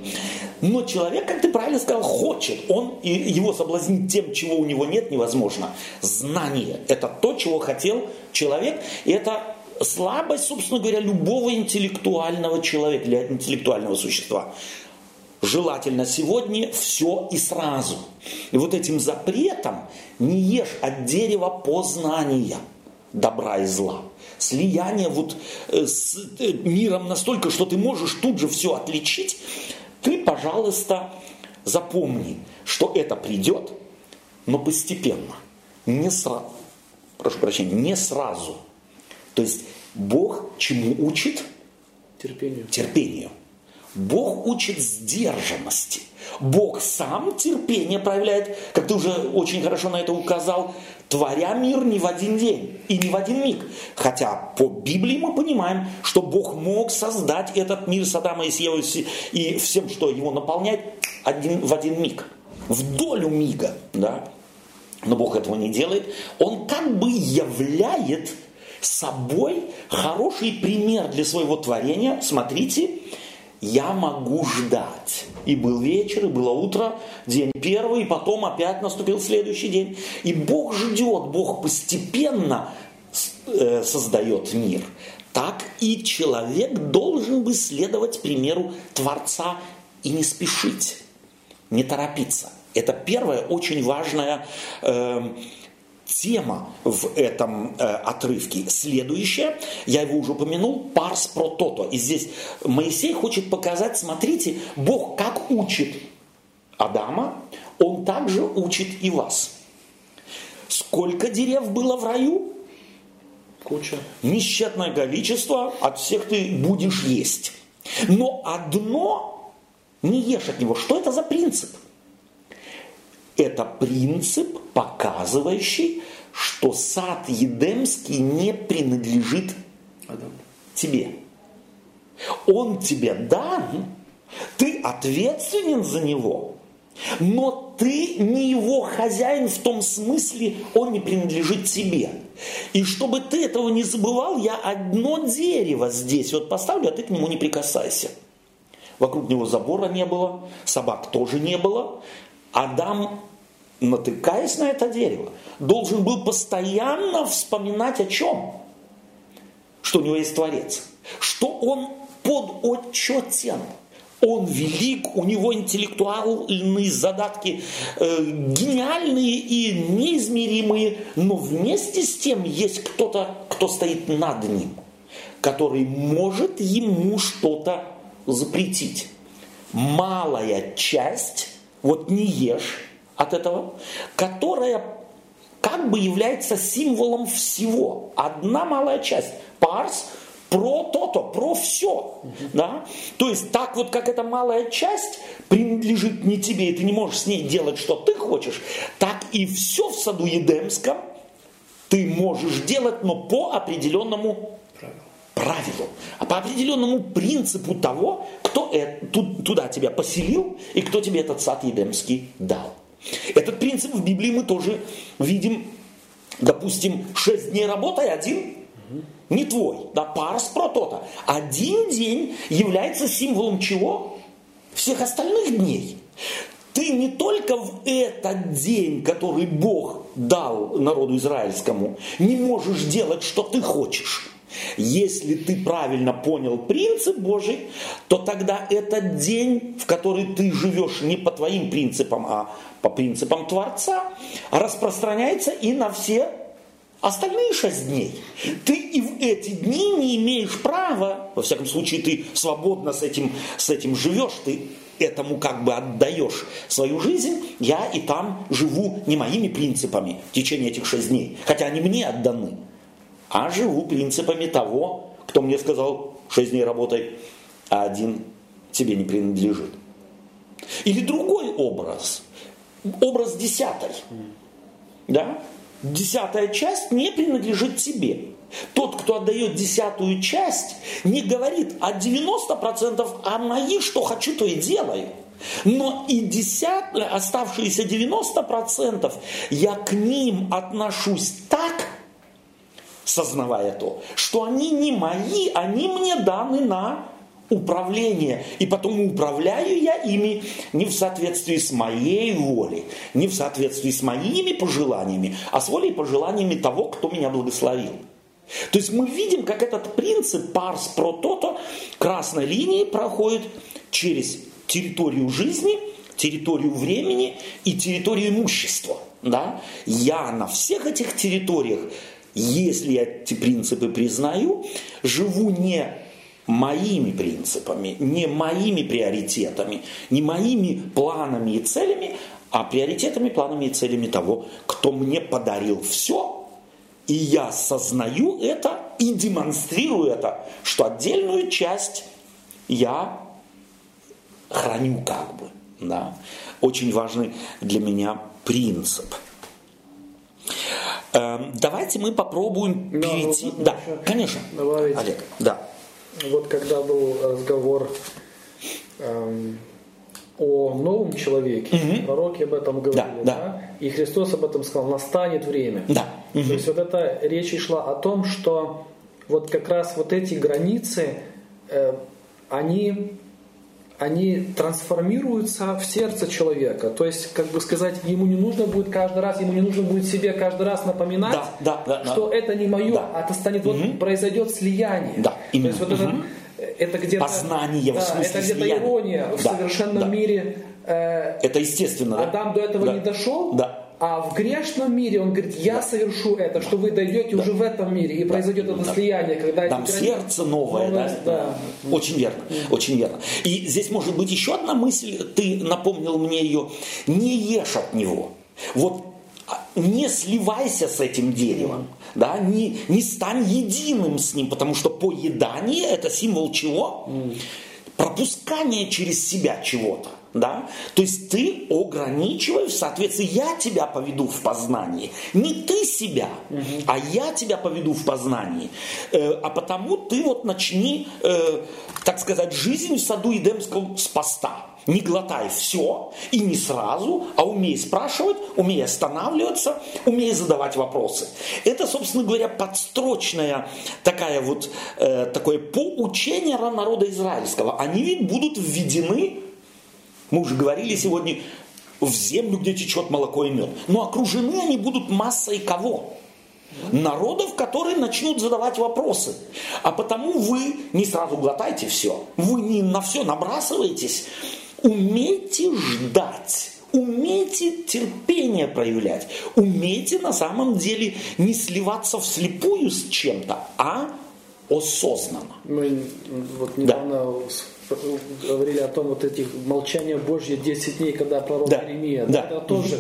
Но человек, как ты правильно сказал, хочет. Он, и его соблазнить тем, чего у него нет, невозможно. Знание – это то, чего хотел человек, и это слабость, собственно говоря, любого интеллектуального человека, или интеллектуального существа. Желательно сегодня все и сразу. И вот этим запретом не ешь от дерева познания добра и зла. Слияние вот с миром настолько, что ты можешь тут же все отличить. Ты, пожалуйста, запомни, что это придет, но постепенно, не сразу. Прошу прощения, не сразу. То есть Бог чему учит? Терпению. Терпению. Бог учит сдержанности. Бог сам терпение проявляет, как ты уже очень хорошо на это указал, творя мир не в один день и не в один миг. Хотя по Библии мы понимаем, что Бог мог создать этот мир с Адамом и с Евой и всем, что его наполняет, один, в один миг. В долю мига. Да? но Бог этого не делает, Он как бы являет собой хороший пример для своего творения. Смотрите, я могу ждать. И был вечер, и было утро, день первый, и потом опять наступил следующий день. И Бог ждет, Бог постепенно создает мир. Так и человек должен бы следовать примеру Творца и не спешить, не торопиться. Это первая очень важная э, тема в этом э, отрывке. Следующая, я его уже упомянул, парс про тото. И здесь Моисей хочет показать, смотрите, Бог как учит Адама, Он также учит и вас. Сколько дерев было в раю? Куча. Несчетное количество, от всех ты будешь есть. Но одно не ешь от него. Что это за принцип? Это принцип, показывающий, что сад Едемский не принадлежит Адам. тебе. Он тебе дан, ты ответственен за него, но ты не его хозяин в том смысле, он не принадлежит тебе. И чтобы ты этого не забывал, я одно дерево здесь вот поставлю, а ты к нему не прикасайся. Вокруг него забора не было, собак тоже не было. Адам, натыкаясь на это дерево, должен был постоянно вспоминать о чем? Что у него есть Творец. Что он подотчетен. Он велик, у него интеллектуальные задатки э, гениальные и неизмеримые, но вместе с тем есть кто-то, кто стоит над ним, который может ему что-то запретить. Малая часть, вот не ешь от этого, которая как бы является символом всего. Одна малая часть. Парс про то-то, про все. Uh-huh. Да? То есть так вот, как эта малая часть принадлежит не тебе, и ты не можешь с ней делать, что ты хочешь, так и все в саду Едемском ты можешь делать, но по определенному правилу. правилу, а по определенному принципу того, кто это, туда тебя поселил и кто тебе этот сад Едемский дал. Этот принцип в Библии мы тоже видим, допустим, шесть дней работай, один не твой, да, парс про то-то. Один день является символом чего? Всех остальных дней. Ты не только в этот день, который Бог дал народу израильскому, не можешь делать, что ты хочешь. Если ты правильно понял принцип Божий, то тогда этот день, в который ты живешь не по твоим принципам, а по принципам Творца, распространяется и на все остальные шесть дней. Ты и в эти дни не имеешь права, во всяком случае ты свободно с этим, с этим живешь, ты этому как бы отдаешь свою жизнь, я и там живу не моими принципами в течение этих шесть дней, хотя они мне отданы, а живу принципами того, кто мне сказал, шесть дней работай, а один тебе не принадлежит. Или другой образ, образ десятой, да? Десятая часть не принадлежит тебе. Тот, кто отдает десятую часть, не говорит, а девяносто процентов а мои, что хочу, то и делаю. Но и десять, оставшиеся девяносто процентов я к ним отношусь так, сознавая то, что они не мои, они мне даны на управление. И потом управляю я ими не в соответствии с моей волей, не в соответствии с моими пожеланиями, а с волей и пожеланиями того, кто меня благословил. То есть мы видим, как этот принцип парс про то-то красной линией проходит через территорию жизни, территорию времени и территорию имущества. Да? Я на всех этих территориях, если я эти принципы признаю, живу не моими принципами, не моими приоритетами, не моими планами и целями, а приоритетами, планами и целями того, кто мне подарил все, и я сознаю это и демонстрирую это, что отдельную часть я храню как бы. Да. Очень важный для меня принцип. Эм, давайте мы попробуем да, перейти... Ну, да, конечно. Добавить. Олег, да. Вот когда был разговор эм, о новом человеке. Угу. Пророки об этом говорили. Да, да. Да? И Христос об этом сказал, настанет время. Да. Угу. То есть вот эта речь и шла о том, что вот как раз вот эти границы, э, они, они трансформируются в сердце человека. То есть, как бы сказать, ему не нужно будет каждый раз, ему не нужно будет себе каждый раз напоминать, да, да, да, что да. это не мое, да. а это станет, угу. вот произойдет слияние. Да, именно. То есть вот угу. это, это где-то познание, да, в смысле это где-то слияния. ирония в да, совершенном да. мире. Э, это естественно. Адам да? до этого да. не дошел. Да. А в грешном мире он говорит, я да. совершу это, что вы дойдете да. уже в этом мире, и да. произойдет это да. слияние, когда там эти сердце новое, новое да? да? Очень верно, mm-hmm. очень верно. И здесь может быть еще одна мысль, ты напомнил мне ее, не ешь от него. Вот не сливайся с этим деревом, mm-hmm. да? не, не стань единым с ним, потому что поедание это символ чего? Mm-hmm. Пропускание через себя чего-то. Да? То есть ты ограничиваешь, соответственно, я тебя поведу в познании. Не ты себя, угу. а я тебя поведу в познании. Э, а потому ты вот начни, э, так сказать, жизнь в саду Эдемском с поста. Не глотай все и не сразу, а умей спрашивать, умей останавливаться, умей задавать вопросы. Это, собственно говоря, подстрочная такая вот, э, такое поучение народа израильского. Они ведь будут введены, мы уже говорили сегодня, в землю, где течет молоко и мед. Но окружены они будут массой кого? Народов, которые начнут задавать вопросы. А потому вы не сразу глотайте все. Вы не на все набрасываетесь. Умейте ждать. Умейте терпение проявлять. Умейте на самом деле не сливаться вслепую с чем-то, а осознанно. Мы вот недавно... Да. говорили о том, вот этих молчания Божье десять дней, когда пророк да, Иеремия. Да. Это тоже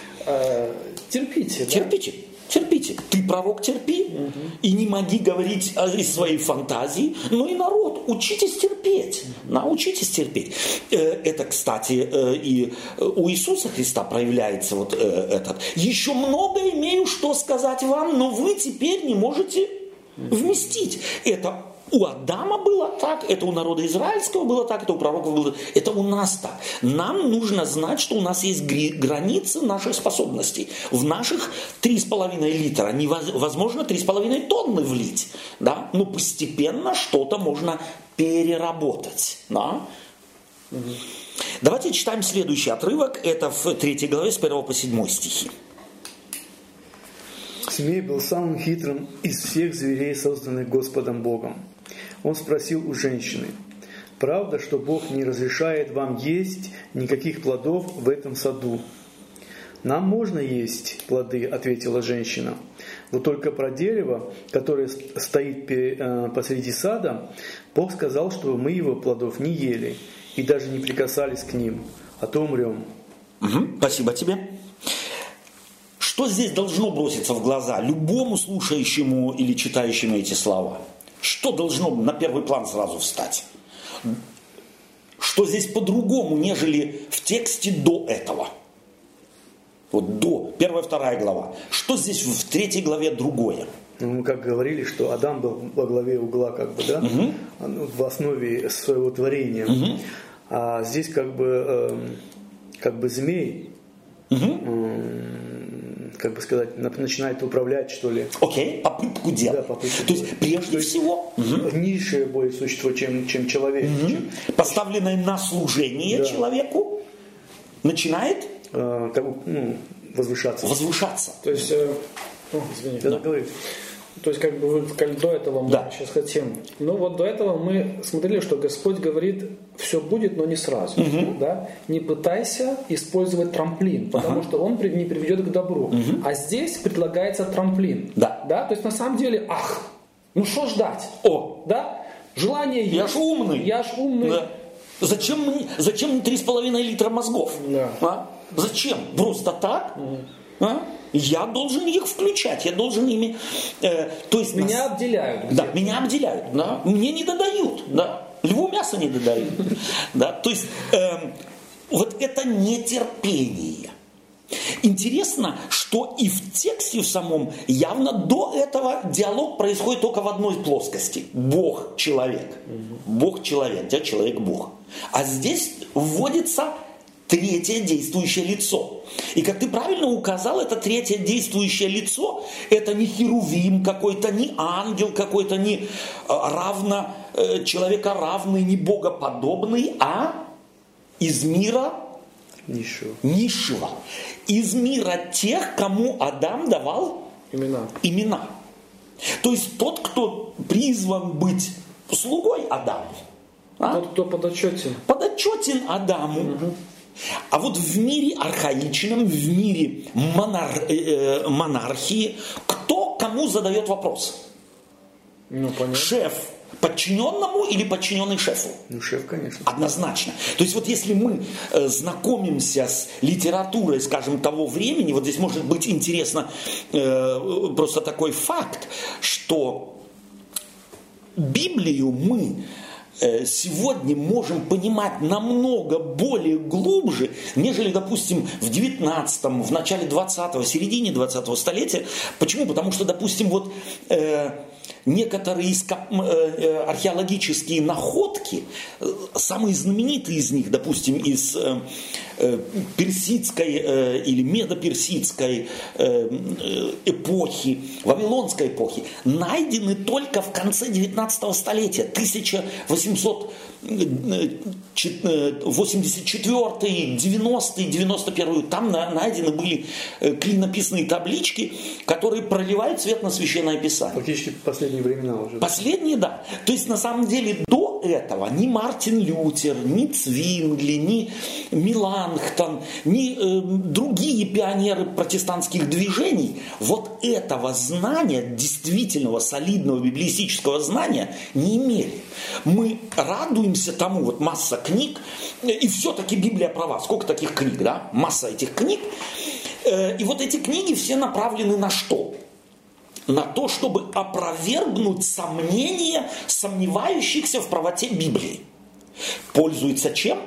э, терпите. Терпите. Да? Терпите. Ты, пророк, терпи. Угу. И не моги говорить из своей фантазии. Ну и народ, учитесь терпеть. Угу. Научитесь терпеть. Это, кстати, и у Иисуса Христа проявляется вот этот. Еще много имею, что сказать вам, но вы теперь не можете вместить. Это у Адама было так, это у народа израильского было так, это у пророков было так. Это у нас так. Нам нужно знать, что у нас есть границы наших способностей. В наших три с половиной литра невозможно три с половиной тонны влить. Да? Но постепенно что-то можно переработать. Да? Угу. Давайте читаем следующий отрывок. Это в третьей главе с первого по седьмой стихи. Змей был самым хитрым из всех зверей, созданных Господом Богом. Он спросил у женщины: «Правда, что Бог не разрешает вам есть никаких плодов в этом саду?» «Нам можно есть плоды», — ответила женщина. «Вот только про дерево, которое стоит посреди сада, Бог сказал, что мы его плодов не ели и даже не прикасались к ним, а то умрем». Угу, спасибо тебе. Что здесь должно броситься в глаза любому слушающему или читающему эти слова? Что должно на первый план сразу встать? Что здесь по-другому, нежели в тексте до этого? Вот до, первая, вторая глава. Что здесь в третьей главе другое? Ну, мы как говорили, что Адам был во главе угла, как бы, да, угу. в основе своего творения. Угу. А здесь как бы, э, как бы змей, угу. э, как бы сказать, начинает управлять, что ли. Окей, okay. попытку делать. Да, попытку То есть, прежде То есть, всего... Угу. Низшее более существо, чем, чем человек. Угу. Чем... Поставленное на служение да. человеку, начинает... Э, как бы, ну, возвышаться. Возвышаться. То есть... Э... О, извини. Да, да. То есть, как бы вы сказали, до этого мы да. сейчас хотим. Ну вот до этого мы смотрели, что Господь говорит, все будет, но не сразу. Угу. Да? Не пытайся использовать трамплин, потому ага. что он не приведет к добру. Угу. А здесь предлагается трамплин. Да. Да? То есть на самом деле, ах, ну что ждать? О, да? Желание есть. Я ж умный. Я ж умный. Да. Зачем мне, зачем мне три с половиной литра мозгов? Да. А? Зачем? Просто так? Угу. А? Я должен их включать, я должен ими... Э, то есть меня нас, обделяют. Да, меня обделяют, да. Мне не додают, да. Льву мясо не додают. Да. То есть э, вот это нетерпение. Интересно, что и в тексте в самом явно до этого диалог происходит только в одной плоскости. Бог-человек. Бог-человек, да, человек-бог. А здесь вводится третье действующее лицо. И как ты правильно указал, это третье действующее лицо, это не херувим какой-то, не ангел какой-то, не равно, человека равный, не богоподобный, а из мира низшего. низшего. Из мира тех, кому Адам давал имена. имена. То есть тот, кто призван быть слугой Адаму. А? Тот, кто подотчетен. Подотчетен Адаму. Угу. А вот в мире архаичном, в мире монар, э, монархии, кто кому задает вопрос? Ну, понятно. Шеф подчиненному или подчиненный шефу? Ну, шеф, конечно. Однозначно. То есть вот если мы э, знакомимся с литературой, скажем, того времени, вот здесь может быть интересно э, просто такой факт, что Библию мы сегодня можем понимать намного более глубже, нежели, допустим, в девятнадцатом, в начале двадцатого, в середине двадцатого столетия. Почему? Потому что, допустим, вот э, некоторые э, археологические находки, самые знаменитые из них, допустим, из э, персидской э, или медоперсидской э, эпохи, вавилонской эпохи, найдены только в конце девятнадцатого столетия, тысяча восемьсот восемьдесят четвёртый, девяностый, девяносто первый. Там найдены были клинописные таблички, которые проливают свет на Священное Писание. Фактически последние времена уже. Последние, да. То есть на самом деле до этого ни Мартин Лютер, ни Цвингли, ни Меланхтон, ни э, другие пионеры протестантских движений вот этого знания, действительного солидного библистического знания не имели. Мы радуемся тому, вот масса книг, и все-таки Библия права. Сколько таких книг, да? Масса этих книг. И вот эти книги все направлены на что? На то, чтобы опровергнуть сомнения сомневающихся в правоте Библии. Пользуются чем?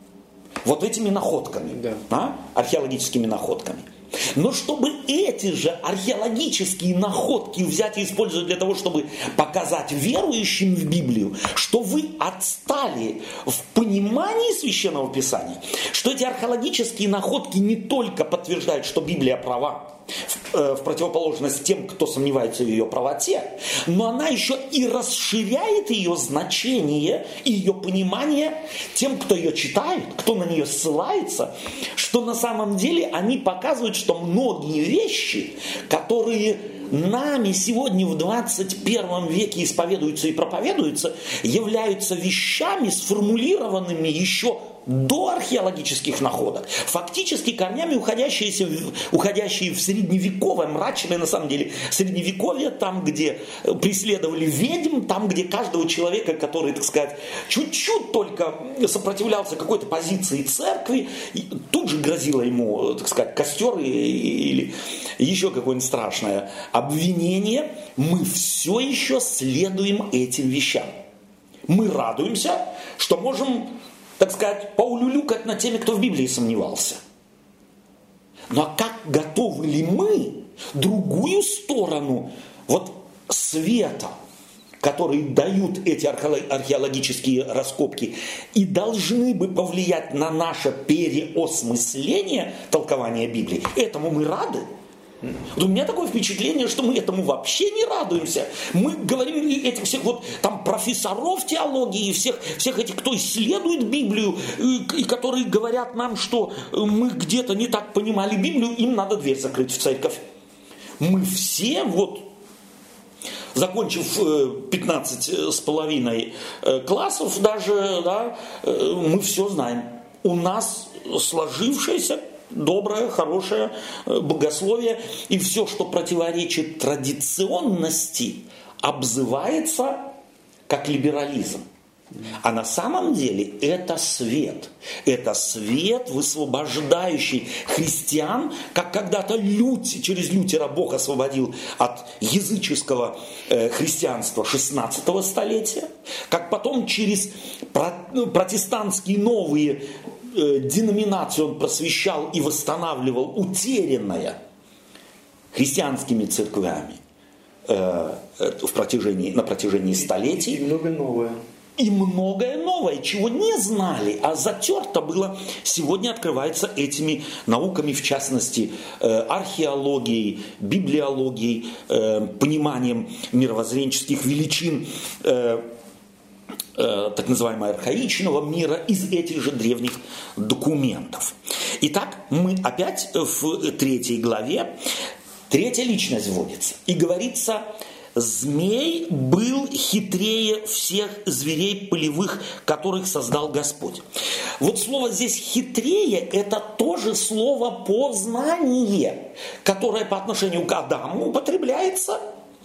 Вот этими находками, да. а? Археологическими находками. Но чтобы эти же археологические находки взять и использовать для того, чтобы показать верующим в Библию, что вы отстали в понимании Священного Писания, что эти археологические находки не только подтверждают, что Библия права, в, в противоположность тем, кто сомневается в ее правоте, но она еще и расширяет ее значение и ее понимание тем, кто ее читает, кто на нее ссылается, что на самом деле они показывают, что многие вещи, которые нами сегодня в двадцать первом веке исповедуются и проповедуются, являются вещами, сформулированными еще до археологических находок, фактически корнями уходящие, уходящие в средневековое, мрачное на самом деле средневековье, там, где преследовали ведьм, там, где каждого человека, который, так сказать, чуть-чуть только сопротивлялся какой-то позиции церкви, тут же грозило ему, так сказать, костер или еще какое-нибудь страшное обвинение. Мы все еще следуем этим вещам. Мы радуемся, что можем, так сказать, поулюлюкать над теми, кто в Библии сомневался. Ну а как готовы ли мы другую сторону вот света, который дают эти археологические раскопки, и должны бы повлиять на наше переосмысление толкования Библии? Этому мы рады. Вот у меня такое впечатление, что мы этому вообще не радуемся. Мы говорим этих всех вот там профессоров теологии, всех, всех этих, кто исследует Библию, и, и которые говорят нам, что мы где-то не так понимали Библию, им надо дверь закрыть в церковь. Мы все вот, закончив пятнадцать с половиной классов даже, да, мы все знаем. У нас сложившаяся доброе, хорошее богословие, и все, что противоречит традиционности, обзывается как либерализм. А на самом деле это свет. Это свет, высвобождающий христиан, как когда-то Лют, через Лютера Бог освободил от языческого э, христианства шестнадцатого столетия, как потом через протестантские новые деноминацию он просвещал и восстанавливал утерянное христианскими церквями э, в протяжении, на протяжении столетий. И много новое. и многое новое, чего не знали, а затерто было, сегодня открывается этими науками, в частности, археологией, библиологией, пониманием мировоззренческих величин так называемого архаичного мира из этих же древних документов. Итак, мы опять в третьей главе, третья личность вводится, и говорится: «Змей был хитрее всех зверей полевых, которых создал Господь». Вот слово здесь «хитрее» – это тоже слово «познание», которое по отношению к Адаму употребляется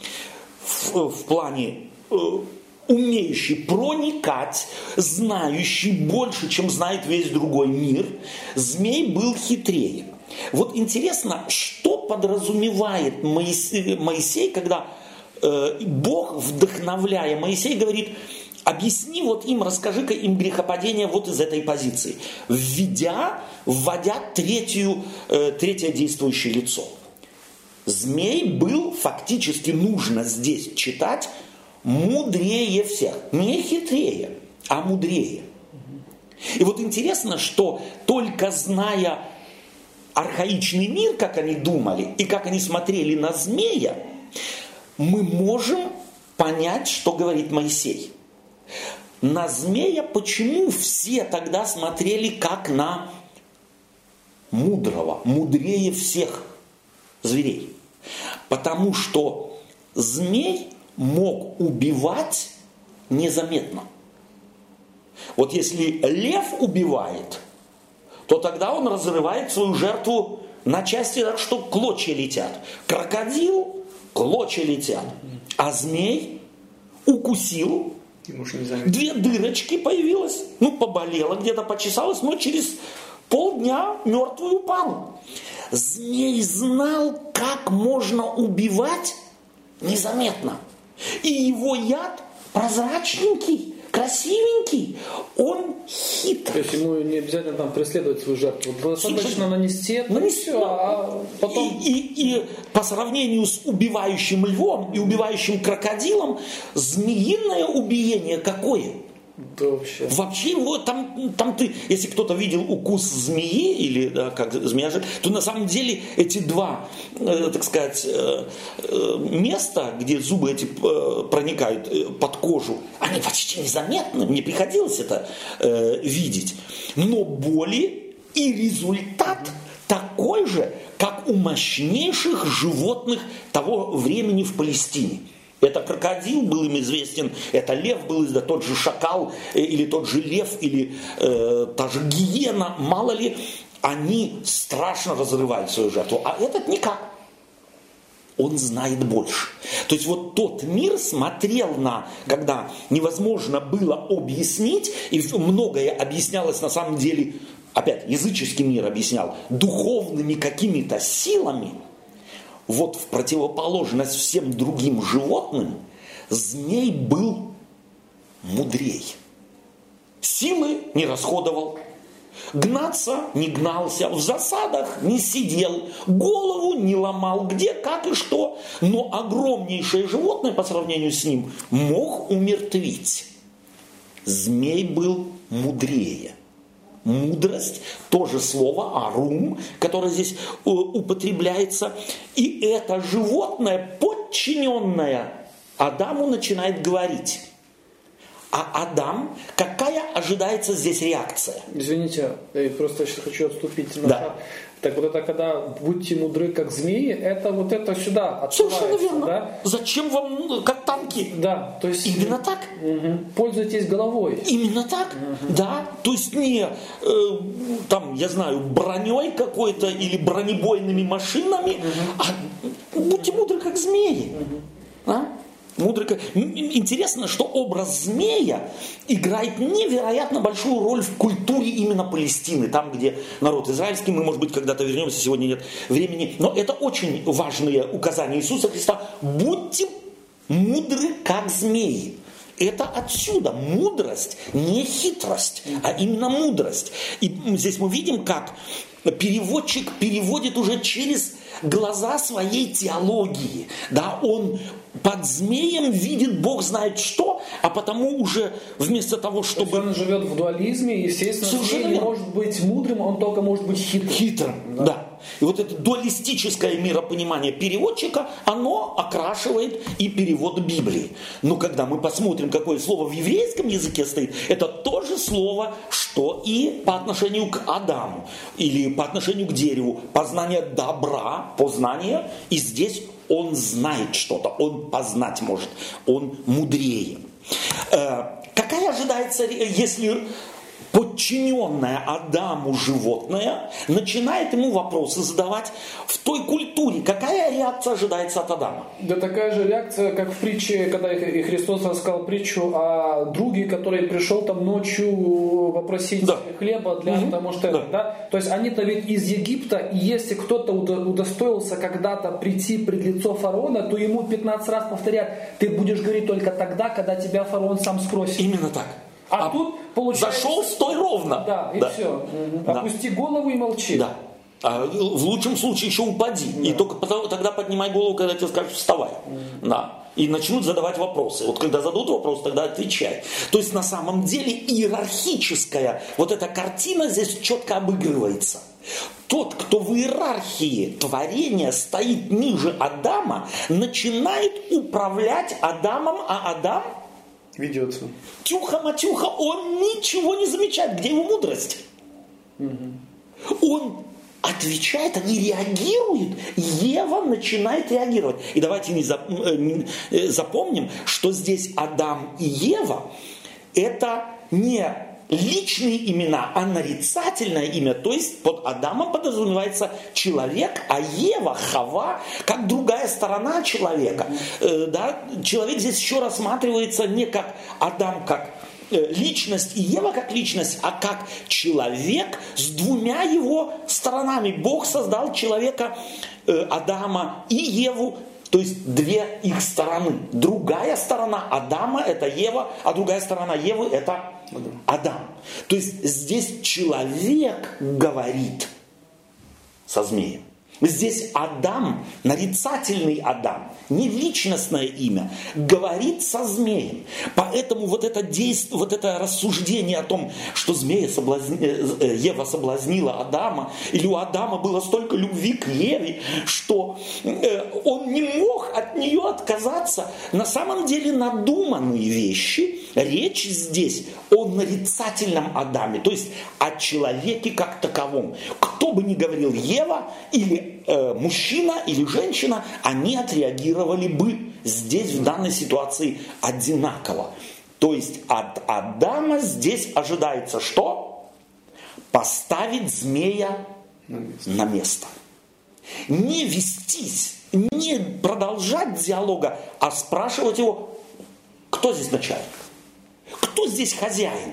в, в плане э, умеющий проникать, знающий больше, чем знает весь другой мир. Змей был хитрее. Вот интересно, что подразумевает Моисей, Моисей когда Бог, вдохновляя Моисея, говорит: объясни вот им, расскажи-ка им грехопадение вот из этой позиции, введя, вводя третью, третье действующее лицо. Змей был, фактически нужно здесь читать, мудрее всех. Не хитрее, а мудрее. И вот интересно, что только зная архаичный мир, как они думали, и как они смотрели на змея, мы можем понять, что говорит Моисей. На змея почему все тогда смотрели как на мудрого, мудрее всех зверей? Потому что змей мог убивать незаметно. Вот если лев убивает, то тогда он разрывает свою жертву на части, так что клочья летят. Крокодил, клочья летят. А змей укусил, две дырочки появилось, ну поболело, где-то почесалось, но через полдня мертвый упал. Змей знал, как можно убивать незаметно. И его яд прозрачненький, красивенький, он хитрый. То есть ему не обязательно там преследовать свою жертву. Достаточно нанести это, нанести, все, а потом... И, и, и по сравнению с убивающим львом и убивающим крокодилом, змеиное убиение какое? Да, вообще. Вообще вот там, там ты, если кто-то видел укус змеи, или да, как змея же, то на самом деле эти два, э, так сказать, э, э, места, где зубы эти э, проникают э, под кожу, они почти незаметны, мне приходилось это э, видеть. Но боли и результат такой же, как у мощнейших животных того времени в Палестине. Это крокодил был им известен, это лев был известен, тот же шакал, или тот же лев, или э, та же гиена, мало ли, они страшно разрывают свою жертву, а этот никак. Он знает больше. То есть вот тот мир смотрел на, когда невозможно было объяснить, и многое объяснялось на самом деле, опять языческий мир объяснял, духовными какими-то силами. Вот в противоположность всем другим животным, змей был мудрей. Силы не расходовал, гнаться не гнался, в засадах не сидел, голову не ломал, где, как и что. Но огромнейшее животное по сравнению с ним мог умертвить. Змей был мудрее. Мудрость, то же слово арум, которое здесь употребляется. И это животное, подчиненное Адаму, начинает говорить. А Адам, какая ожидается здесь реакция? Извините, я просто хочу отступить на да. шаг. Так вот это когда будьте мудры, как змеи, это вот это сюда отсылается. Совершенно верно. Да? Зачем вам, как танки? Да, то есть... Именно так. Угу. Пользуйтесь головой. Именно так, угу. Да. То есть не, э, там, я знаю, броней какой-то или бронебойными машинами, угу. а будьте мудры, как змеи. Угу. А? Мудрый. Интересно, что образ змея играет невероятно большую роль в культуре именно Палестины, там, где народ израильский, мы, может быть, когда-то вернемся, сегодня нет времени, но это очень важные указания Иисуса Христа. Будьте мудры, как змеи. Это отсюда мудрость, не хитрость, а именно мудрость. И здесь мы видим, как переводчик переводит уже через глаза своей теологии. Да, он под змеем видит Бог знает что, а потому уже вместо того, чтобы... То есть он живет в дуализме, естественно, змей не может быть мудрым, он только может быть хитрым. Хитрым, да. да. И вот это дуалистическое миропонимание переводчика, оно окрашивает и перевод Библии. Но когда мы посмотрим, какое слово в еврейском языке стоит, это то же слово, что и по отношению к Адаму, или по отношению к дереву. Познание добра, познание, и здесь он знает что-то, он познать может, он мудрее. Э, какая ожидается, если... подчиненное Адаму животное начинает ему вопросы задавать в той культуре. Какая реакция ожидается от Адама? Да такая же реакция, как в притче, когда и Христос рассказал притчу о друге, который пришел там ночью попросить да. хлеба для угу. того, что да. это. Да? То есть они-то ведь из Египта, и если кто-то удостоился когда-то прийти пред лицо фараона, то ему пятнадцать раз повторят: ты будешь говорить только тогда, когда тебя фараон сам спросит. Именно так. А, а тут получается... Зашел, стой ровно. Да, и да. все. Да. Опусти голову и молчи. Да. А в лучшем случае еще упади. Да. И только тогда поднимай голову, когда тебе скажут вставай. Mm. Да. И начнут задавать вопросы. Вот когда зададут вопрос, тогда отвечай. То есть на самом деле иерархическая вот эта картина здесь четко обыгрывается. Тот, кто в иерархии творения стоит ниже Адама, начинает управлять Адамом, а Адам... ведется. Тюха-матюха, он ничего не замечает. Где его мудрость? Угу. Он отвечает, они реагируют. Ева начинает реагировать. И давайте не запомним, что здесь Адам и Ева это не личные имена, а нарицательное имя. То есть под Адамом подразумевается человек, а Ева, Хава, как другая сторона человека. Э, да? Человек здесь еще рассматривается не как Адам, как э, личность, и Ева как личность, а как человек с двумя его сторонами. Бог создал человека, э, Адама и Еву, то есть две их стороны. Другая сторона Адама это Ева, а другая сторона Евы это Адам. Адам. То есть здесь человек говорит со змеем. Здесь Адам, нарицательный Адам, не личностное имя, говорит со змеем. Поэтому вот это действие, вот это рассуждение о том, что змея соблазни... Ева соблазнила Адама, или у Адама было столько любви к Еве, что он не мог от нее отказаться, на самом деле надуманные вещи. Речь здесь о нарицательном Адаме, то есть о человеке как таковом. Кто бы ни говорил Ева или э, мужчина или женщина, они отреагировали бы здесь в данной ситуации одинаково. То есть от Адама здесь ожидается что? Поставить змея на место. На место. Не вестись, не продолжать диалога, а спрашивать его, кто здесь начальник? Кто здесь хозяин?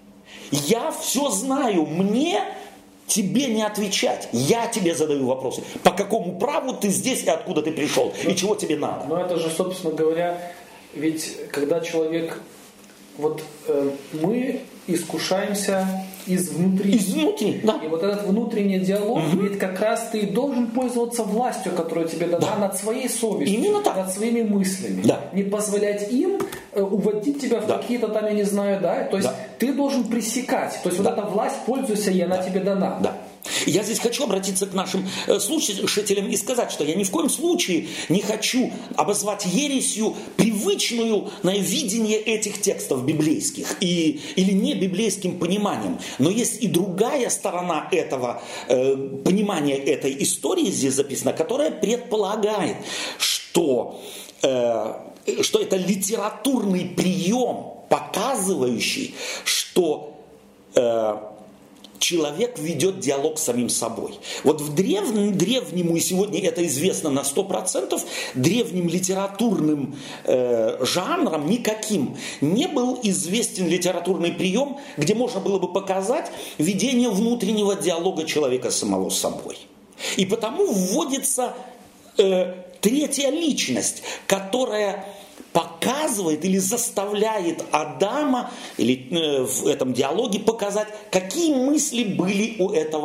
Я все знаю, мне тебе не отвечать. Я тебе задаю вопросы. По какому праву ты здесь и откуда ты пришел? И чего тебе надо? Ну это же, собственно говоря, ведь когда человек... Вот э, мы искушаемся изнутри. Изнутри, да. И вот этот внутренний диалог, угу. ведь как раз ты должен пользоваться властью, которая тебе дана да. над своей совестью, именно так. над своими мыслями. Да. Не позволять им э, уводить тебя в да. какие-то там, я не знаю, да. То есть да. ты должен пресекать. То есть да. вот эта власть, пользуйся, и она да. тебе дана. Да. Я здесь хочу обратиться к нашим слушателям и сказать, что я ни в коем случае не хочу обозвать ересью привычную на видение этих текстов библейских и, или не библейским пониманием. Но есть и другая сторона этого э, понимания этой истории здесь записана, которая предполагает, что, э, что это литературный прием, показывающий, что... Э, человек ведет диалог с самим собой. Вот в древнем, древнему, и сегодня это известно на сто процентов, древним литературным э, жанром никаким не был известен литературный прием, где можно было бы показать ведение внутреннего диалога человека самого с собой. И потому вводится э, третья личность, которая... показывает или заставляет Адама или э, в этом диалоге показать, какие мысли были у этого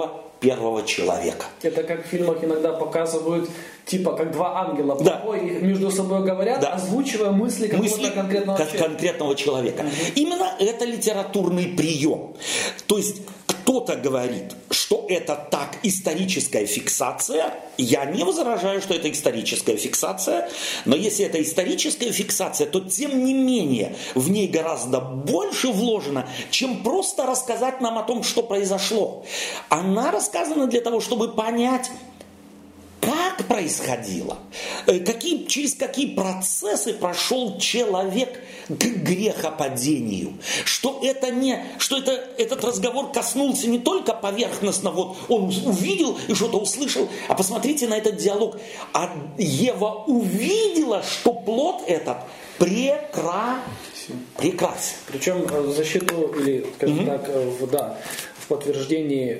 первого человека. Это как в фильмах иногда показывают, типа, как два ангела Да. и между собой говорят, Да. озвучивая мысли какого-то Мысли конкретного кон- человека. конкретного человека. Именно это литературный прием. То есть кто-то говорит, что это так, историческая фиксация. Я не возражаю, что это историческая фиксация. Но если это историческая фиксация, то тем не менее в ней гораздо больше вложено, чем просто рассказать нам о том, что произошло. Она рассказана для того, чтобы понять, как происходило, какие, через какие процессы прошел человек к грехопадению, что, это не, что это, этот разговор коснулся не только поверхностно, вот он увидел и что-то услышал, а посмотрите на этот диалог. А Ева увидела, что плод этот прекрасен. прекрасен. Причем в защиту, или, скажем Мгм. так, в, да, в подтверждении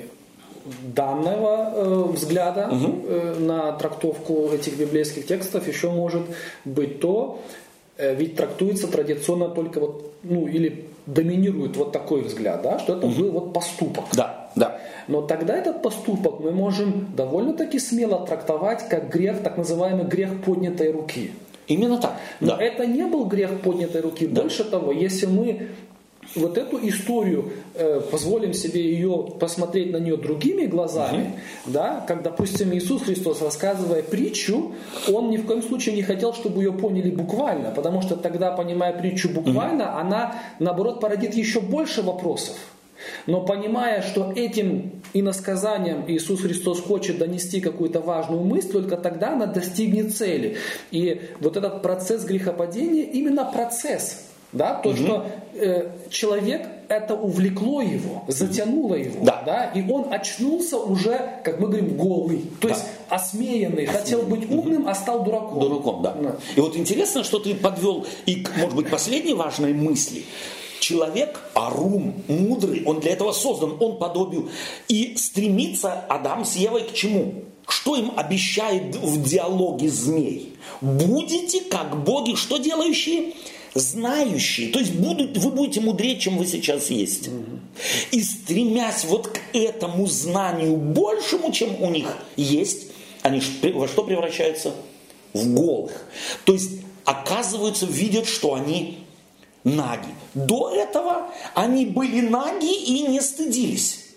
данного э, взгляда э, на трактовку этих библейских текстов еще может быть то, э, ведь трактуется традиционно только вот, ну, или доминирует вот такой взгляд, да, что это был вот поступок. Да, да. Но тогда этот поступок мы можем довольно-таки смело трактовать как грех, так называемый грех поднятой руки. Именно так. Но Да. это не был грех поднятой руки. Да. Больше того, если мы вот эту историю э, позволим себе ее посмотреть на нее другими глазами, да, как, допустим, Иисус Христос, рассказывая притчу, он ни в коем случае не хотел, чтобы ее поняли буквально, потому что тогда, понимая притчу буквально, она, наоборот, породит еще больше вопросов. Но понимая, что этим иносказанием Иисус Христос хочет донести какую-то важную мысль, только тогда она достигнет цели. И вот этот процесс грехопадения именно процесс. Да, то, угу. что э, человек, это увлекло его, затянуло его, да. Да, и он очнулся уже, как мы говорим, голый, то да. есть осмеянный, осмеянный, хотел быть умным, угу. а стал дураком. Дураком, да. да. И вот интересно, что ты подвел и к, может быть, последней важной мысли. Человек, арум, мудрый, он для этого создан, он подобию. И стремится Адам с Евой к чему? Что им обещает в диалоге змей? Будете как боги, что делающие? Знающие, то есть будут, вы будете мудрее, чем вы сейчас есть. И стремясь вот к этому знанию большему, чем у них есть, они во что превращаются? В голых. То есть оказываются, видят, что они наги. До этого они были наги и не стыдились.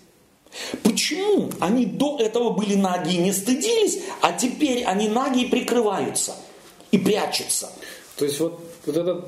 Почему они до этого были наги и не стыдились, а теперь они наги и прикрываются и прячутся? То есть вот Вот этот,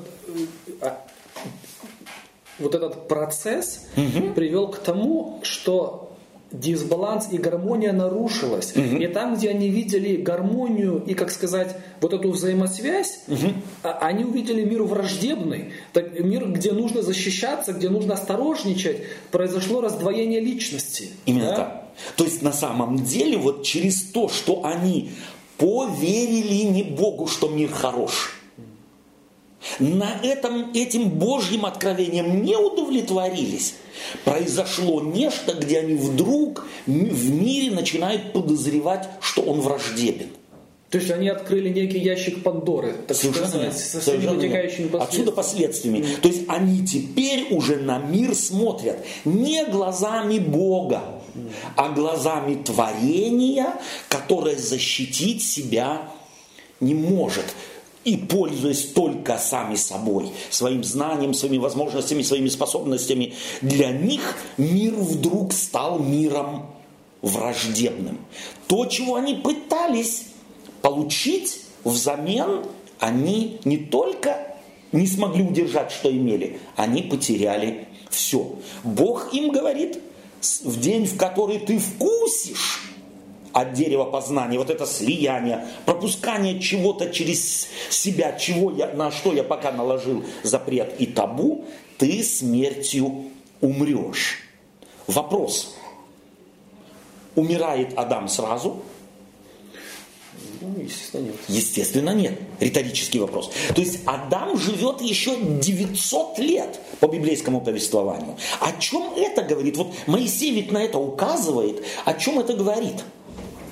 вот этот процесс угу. привел к тому, что дисбаланс и гармония нарушилась. Угу. И там, где они видели гармонию и, как сказать, вот эту взаимосвязь, угу. они увидели мир враждебный, так, мир, где нужно защищаться, где нужно осторожничать, произошло раздвоение личности. Именно да? так. То есть на самом деле вот через то, что они поверили не Богу, что мир хорош, на этом, этим Божьим откровением не удовлетворились. Произошло нечто, где они вдруг в мире начинают подозревать, что он враждебен. То есть они открыли некий ящик Пандоры, так сказать, со всеми вытекающими последствиями. Отсюда последствиями. Mm. То есть они теперь уже на мир смотрят не глазами Бога, mm. а глазами творения, которое защитить себя не может. И пользуясь только сами собой, своим знанием, своими возможностями, своими способностями, для них мир вдруг стал миром враждебным. То, чего они пытались получить взамен, они не только не смогли удержать, что имели, они потеряли все. Бог им говорит, в день, в который ты вкусишь от дерева познания, вот это слияние, пропускание чего-то через себя, чего я, на что я пока наложил запрет и табу, ты смертью умрешь. Вопрос. Умирает Адам сразу? Ну, естественно, нет. Естественно, нет. Риторический вопрос. То есть Адам живет еще девятьсот лет по библейскому повествованию. О чем это говорит? Вот Моисей ведь на это указывает. О чем это говорит?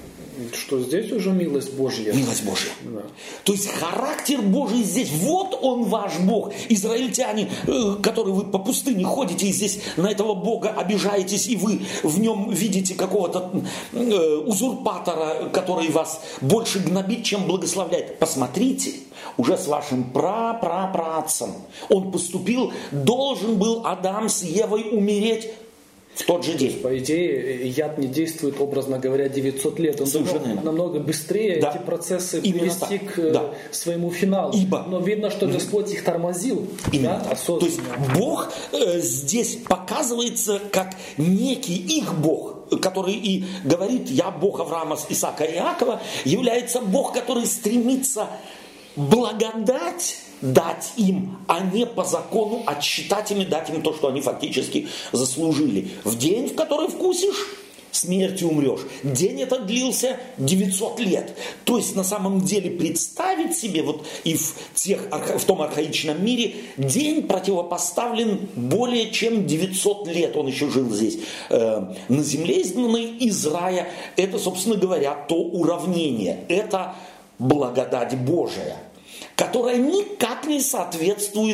Что здесь уже милость Божья. Милость Божья. Да. То есть характер Божий здесь. Вот Он ваш Бог. Израильтяне, которые вы по пустыне ходите, и здесь на этого Бога обижаетесь, и вы в нем видите какого-то узурпатора, который вас больше гнобит, чем благословляет. Посмотрите, уже с вашим пра-пра-праотцем он поступил, должен был Адам с Евой умереть в тот же день. По идее, яд не действует, образно говоря, девятьсот лет. Он намного, намного быстрее да. эти процессы привести к да. своему финалу. Ибо... Но видно, что Господь их тормозил. Именно. Да, то есть Бог э, здесь показывается как некий их Бог, который и говорит: я Бог Авраама, Исаака и Иакова, является Бог, который стремится благодать дать им, а не по закону отсчитать им и дать им то, что они фактически заслужили. В день, в который вкусишь, смертью умрешь. День этот длился девятьсот лет. То есть на самом деле представить себе вот и в, тех, в том архаичном мире день противопоставлен более чем девятьсот лет. Он еще жил здесь э, на земле, изгнанный из рая. Это, собственно говоря, то уравнение. Это благодать Божия, которая никак не соответствует,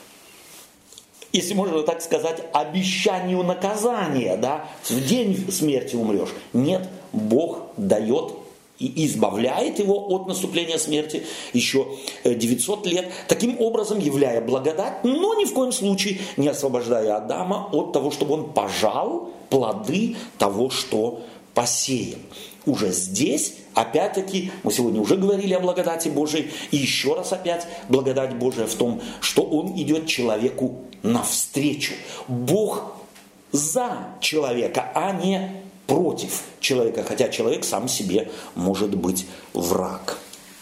если можно так сказать, обещанию наказания, да, в день смерти умрешь. Нет, Бог дает и избавляет его от наступления смерти еще девятьсот лет, таким образом являя благодать, но ни в коем случае не освобождая Адама от того, чтобы он пожал плоды того, что посеял. Уже здесь, опять-таки, мы сегодня уже говорили о благодати Божией, и еще раз опять благодать Божия в том, что Он идет человеку навстречу. Бог за человека, а не против человека, хотя человек сам себе может быть враг.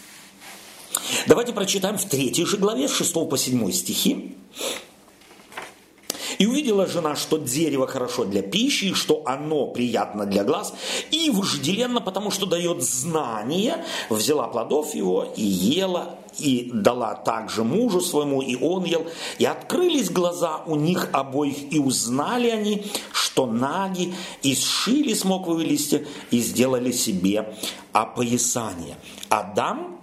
Давайте прочитаем в третьей же главе, с шестого по седьмой стихи. «И увидела жена, что дерево хорошо для пищи, и что оно приятно для глаз, и вожделенно, потому что дает знание, взяла плодов его и ела, и дала также мужу своему, и он ел. И открылись глаза у них обоих, и узнали они, что наги, и сшили смоковые листья, и сделали себе опоясание». Адам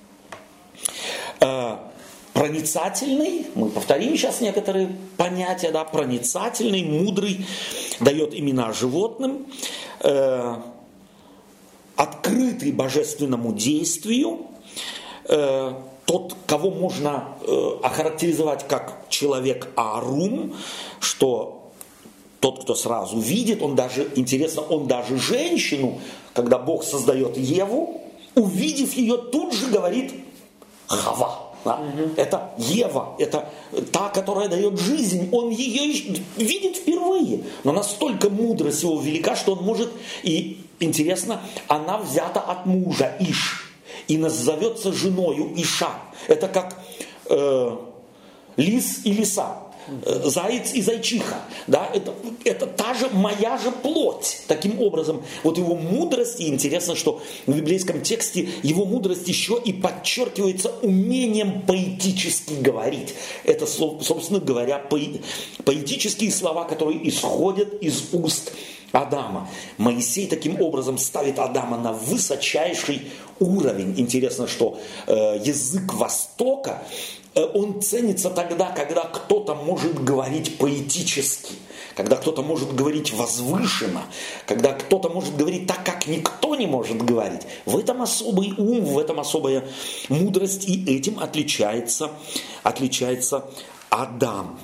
э, проницательный, мы повторим сейчас некоторые понятия, да, проницательный, мудрый, дает имена животным, э, открытый божественному действию, э, тот, кого можно э, охарактеризовать как человек Аарум, что тот, кто сразу видит, он даже, интересно, он даже женщину, когда Бог создает Еву, увидев ее, тут же говорит Хава. Да? Угу. Это Ева, это та, которая дает жизнь. Он ее видит впервые. Но настолько мудрость его велика, что он может, и интересно, она взята от мужа Иш. И назовется женою Иша. Это как э, лис и лиса. Заяц и зайчиха, да, это, это та же, моя же плоть. Таким образом, вот его мудрость, и интересно, что в библейском тексте его мудрость еще и подчеркивается умением поэтически говорить. Это, собственно говоря, поэтические слова, которые исходят из уст Адама. Моисей таким образом ставит Адама на высочайший уровень. Интересно, что э, язык Востока, э, он ценится тогда, когда кто-то может говорить поэтически, когда кто-то может говорить возвышенно, когда кто-то может говорить так, как никто не может говорить. В этом особый ум, в этом особая мудрость, и этим отличается, отличается Адам.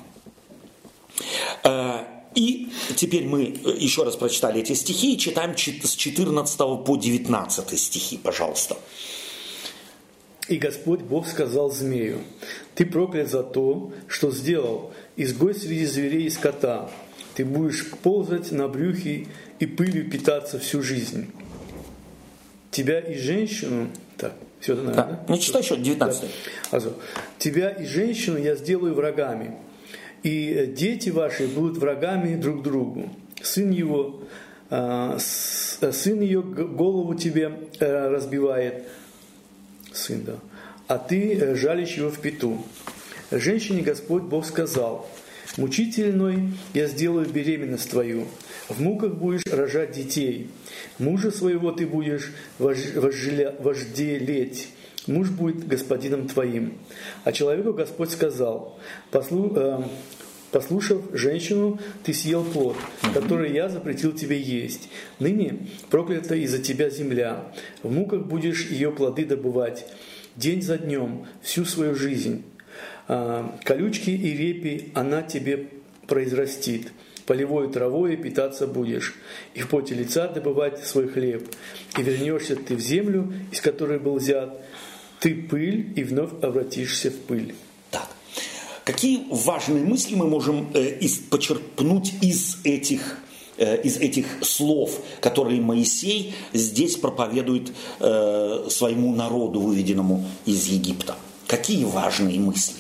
Э, И теперь мы еще раз прочитали эти стихи и читаем с четырнадцатого по девятнадцатый стихи, пожалуйста. «И Господь Бог сказал змею: ты проклят за то, что сделал, изгой среди зверей и скота. Ты будешь ползать на брюхе и пылью питаться всю жизнь. Тебя и женщину...» Так, все это, наверное, да. Да? Ну, читай еще девятнадцатый. Да. «Тебя и женщину я сделаю врагами, и дети ваши будут врагами друг другу. Сын его, сын ее голову тебе разбивает, сын, да, а ты жалишь его в пяту. Женщине Господь Бог сказал: Мучительной я сделаю беременность твою, в муках будешь рожать детей. Мужа своего ты будешь вожделя- вожделеть, муж будет господином твоим. А человеку Господь сказал: послу, э, послушав женщину, ты съел плод, который я запретил тебе есть. Ныне проклята из-за тебя земля, в муках будешь ее плоды добывать, день за днем, всю свою жизнь. А, колючки и репи она тебе произрастит, полевой травой питаться будешь, и в поте лица добывать свой хлеб. И вернешься ты в землю, из которой был взят, ты пыль, и вновь обратишься в пыль. Так. Какие важные мысли мы можем э, из, почерпнуть из этих, э, из этих слов, которые Моисей здесь проповедует э, своему народу, выведенному из Египта? Какие важные мысли?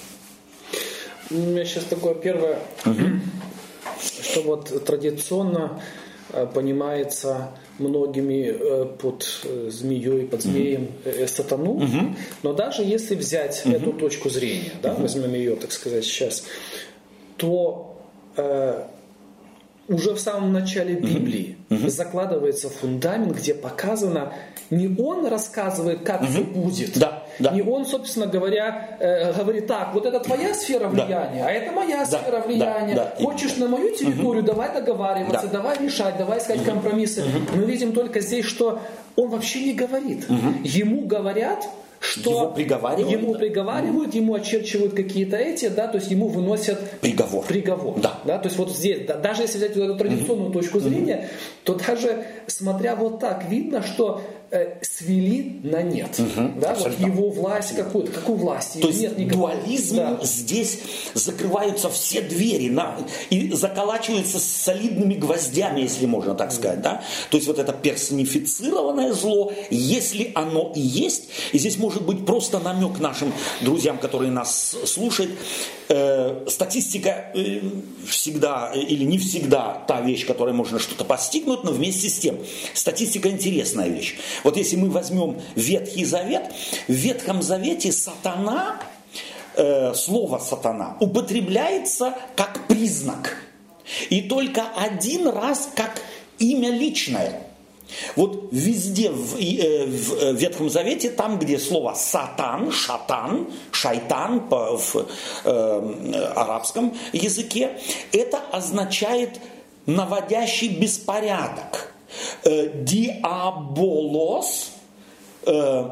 У меня сейчас такое первое, угу. что вот традиционно э, понимается многими э, под э, змеей, под змеем э, сатану, угу. но даже если взять угу. эту точку зрения, да, угу. возьмем ее, так сказать, сейчас, то э, уже в самом начале Библии угу. закладывается фундамент, где показано, не он рассказывает, как угу. все будет, да, да. не он, собственно говоря, э, говорит: так, вот это твоя сфера влияния, да. а это моя да, сфера влияния. Да, да, Хочешь на мою территорию, угу. давай договариваться, да. давай решать, давай искать угу. компромиссы. Угу. Мы видим только здесь, что он вообще не говорит. Угу. Ему говорят, что его приговаривают, ему, приговаривают, ему очерчивают какие-то эти, да, то есть ему выносят приговор. приговор Да. Да, то есть вот здесь, да, даже если взять вот эту традиционную mm-hmm. точку зрения, mm-hmm. то даже смотря вот так, видно, что э, свели на нет. Mm-hmm. Да, вот его власть какую-то, какую власть? То есть нет никакой. дуализм, да. здесь закрываются все двери на, и заколачиваются с солидными гвоздями, если можно так сказать. Mm-hmm. Да? То есть вот это персонифицированное зло, если оно и есть, и здесь можно может быть просто намек нашим друзьям, которые нас слушают. Э, статистика э, всегда или не всегда та вещь, которой можно что-то постигнуть, но вместе с тем статистика интересная вещь. Вот если мы возьмем Ветхий Завет, в Ветхом Завете сатана, э, слово сатана употребляется как признак. И только один раз как имя личное. Вот везде в, э, в Ветхом Завете, там, где слово сатан, шатан, шайтан по, в э, арабском языке, это означает наводящий беспорядок. Э, диаболос, э,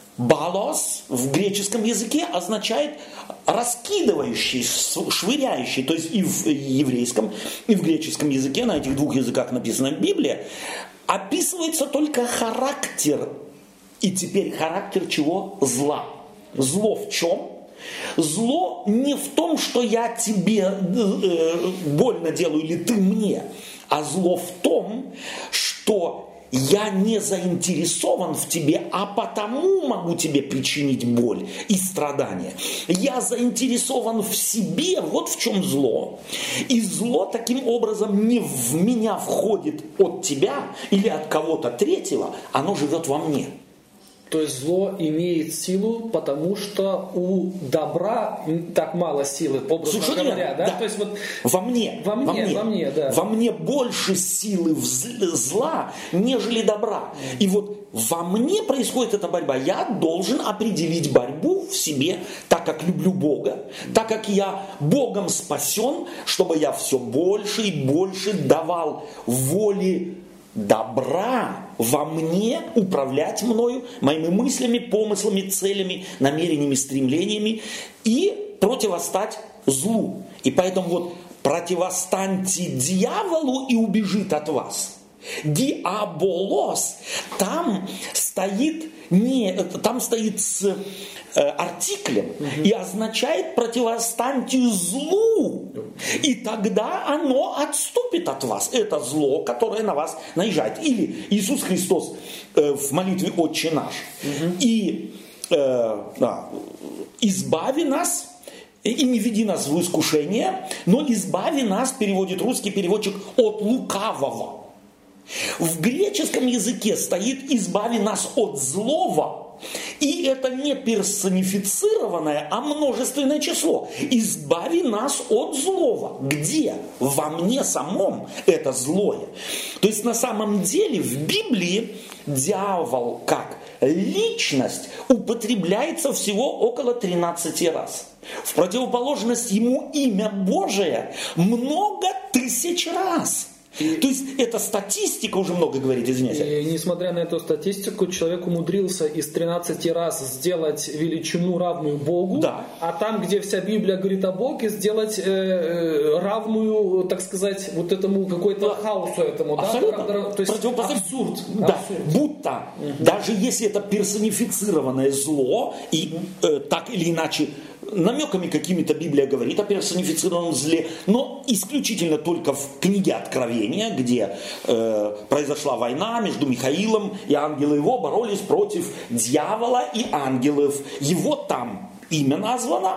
балос в греческом языке означает раскидывающий, швыряющий. То есть и в еврейском, и в греческом языке, на этих двух языках написана Библия, описывается только характер. И теперь характер чего? Зла. Зло в чем? Зло не в том, что я тебе э, больно делаю или ты мне, а зло в том, что я не заинтересован в тебе, а потому могу тебе причинить боль и страдания. Я заинтересован в себе, вот в чем зло. И зло таким образом не в меня входит от тебя или от кого-то третьего, оно живет во мне. То есть зло имеет силу, потому что у добра так мало силы, образно говоря, да? да? То есть вот во мне, во мне, во мне, во мне, да. Во мне больше силы зла, нежели добра. Mm. И вот во мне происходит эта борьба. Я должен определить борьбу в себе, так как люблю Бога, так как я Богом спасен, чтобы я все больше и больше давал воли добра во мне управлять мною, моими мыслями, помыслами, целями, намерениями, стремлениями и противостать злу. И поэтому вот противостаньте дьяволу и убежит от вас. Диаболос там стоит не, там стоит с э, артиклем угу. и означает противостаньте злу. И тогда оно отступит от вас. Это зло, которое на вас наезжает. Или Иисус Христос э, в молитве «Отче наш». Угу. И э, да, избави нас. И не веди нас в искушение, но избави нас, переводит русский переводчик, от лукавого. В греческом языке стоит «избави нас от злого». И это не персонифицированное, а множественное число. «Избави нас от злого». Где? Во мне самом это злое. То есть на самом деле в Библии дьявол как личность употребляется всего около тринадцати раз. В противоположность ему имя Божие много тысяч раз. И, То есть эта статистика уже много говорит, извиняюсь. И несмотря на эту статистику, человек умудрился из тринадцати раз сделать величину равную Богу, да. А там, где вся Библия говорит о Боге, сделать э, равную, так сказать, вот этому какой-то да. хаосу этому. Абсолютно. Да? То есть абсурд. Да. абсурд. Будто, угу. даже если это персонифицированное зло, и э, так или иначе намеками какими-то Библия говорит о персонифицированном зле, но исключительно только в книге Откровения, где э, произошла война между Михаилом и ангелы его боролись против дьявола и ангелов. Его там имя названо,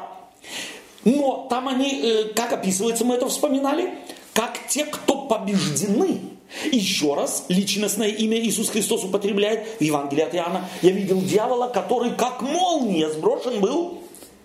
но там они, э, как описывается, мы это вспоминали, как те, кто побеждены. Еще раз, личностное имя Иисус Христос употребляет в Евангелии от Иоанна. Я видел дьявола, который как молния сброшен был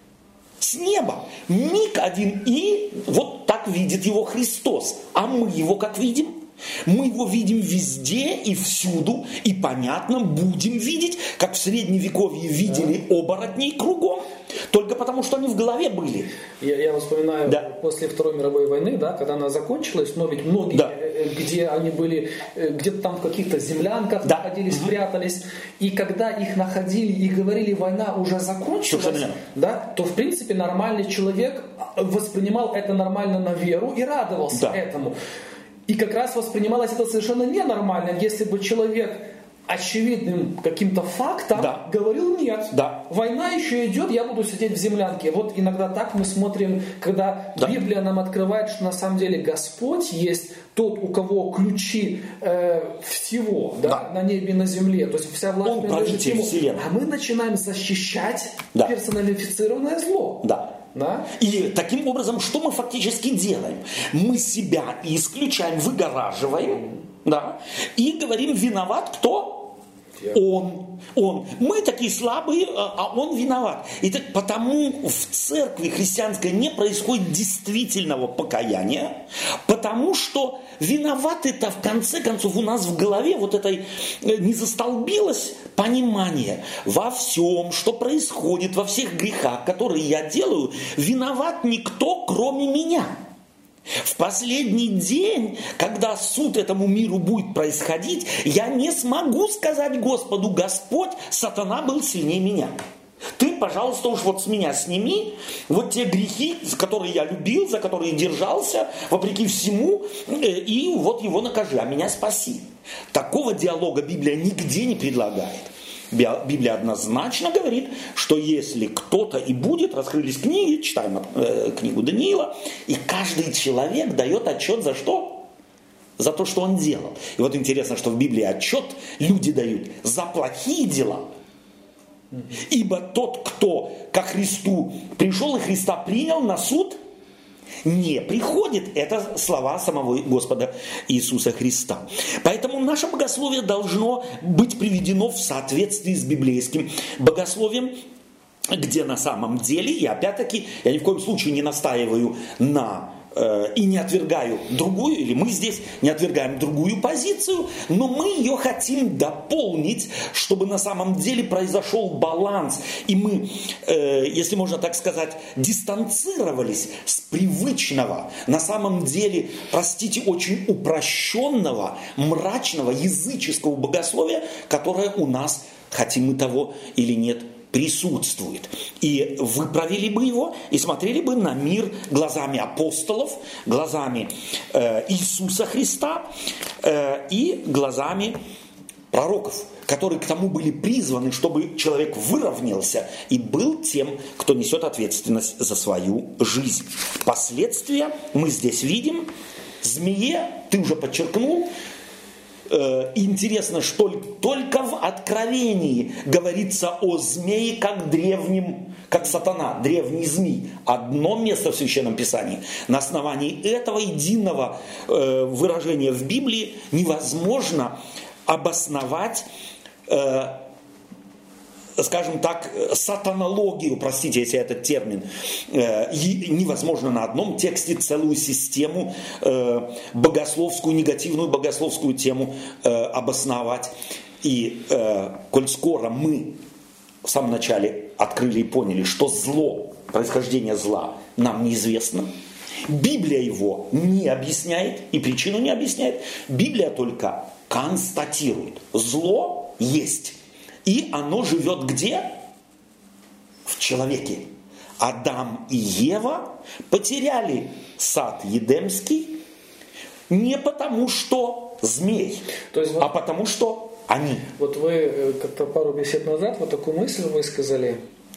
с неба. Миг один, и вот так видит его Христос. А мы его как видим? Мы его видим везде и всюду, и понятно, будем видеть, как в Средневековье видели оборотней кругом, только потому, что они в голове были. Я, я вспоминаю, да. после Второй мировой войны, да, когда она закончилась, но ведь многие, да. где они были, где-то там в каких-то землянках да. находились, угу. прятались, и когда их находили и говорили, война уже закончилась, да, то в принципе нормальный человек воспринимал это нормально на веру и радовался да. этому. И как раз воспринималось это совершенно ненормально, если бы человек очевидным каким-то фактом да. говорил нет, да. война еще идет, я буду сидеть в землянке. Вот иногда так мы смотрим, когда да. Библия нам открывает, что на самом деле Господь есть тот, у кого ключи э, всего да, да. на небе и на земле. То есть вся власть принадлежит ему. А мы начинаем защищать да. персонифицированное зло. Да. Да? И таким образом, что мы фактически делаем? Мы себя исключаем, выгораживаем, да, и говорим, виноват кто? Он. Он. Мы такие слабые, а он виноват. И так, потому в церкви христианской не происходит действительного покаяния, потому что виноваты-то в конце концов у нас в голове вот этой не застолбилось понимание во всем, что происходит, во всех грехах, которые я делаю, виноват никто, кроме меня. В последний день, когда суд этому миру будет происходить, я не смогу сказать Господу: Господь, сатана был сильнее меня. Ты, пожалуйста, уж вот с меня сними вот те грехи, за которые я любил, за которые держался, вопреки всему, и вот его накажи, а меня спаси. Такого диалога Библия нигде не предлагает. Библия однозначно говорит, что если кто-то и будет, раскрылись книги, читаем э, книгу Даниила, и каждый человек дает отчет за что? За то, что он делал. И вот интересно, что в Библии отчет люди дают за плохие дела. Ибо тот, кто ко Христу пришел и Христа принял, на суд не приходит. Это слова самого Господа Иисуса Христа. Поэтому наше богословие должно быть приведено в соответствии с библейским богословием, где на самом деле, и опять-таки, я ни в коем случае не настаиваю на и не отвергаю другую, или мы здесь не отвергаем другую позицию, но мы ее хотим дополнить, чтобы на самом деле произошел баланс, и мы, если можно так сказать, дистанцировались с привычного, на самом деле, простите, очень упрощенного, мрачного, языческого богословия, которое у нас, хотим мы того или нет, присутствует. И вы провели бы его и смотрели бы на мир глазами апостолов, глазами э, Иисуса Христа э, и глазами пророков, которые к тому были призваны, чтобы человек выровнялся и был тем, кто несет ответственность за свою жизнь. Последствия мы здесь видим. Змее, ты уже подчеркнул, интересно, что только в Откровении говорится о змее как древнем, как сатана, древний змей. Одно место в Священном Писании. На основании этого единого выражения в Библии невозможно обосновать скажем так, сатанологию, простите, если этот термин, невозможно на одном тексте целую систему богословскую, негативную богословскую тему обосновать. И коль скоро мы в самом начале открыли и поняли, что зло, происхождение зла нам неизвестно, Библия его не объясняет и причину не объясняет. Библия только констатирует. Зло есть. И оно живет где? В человеке. Адам и Ева потеряли сад Едемский не потому, что змей, То есть, вот, а потому, что они. Вот вы как-то пару бесед назад вот такую мысль высказали,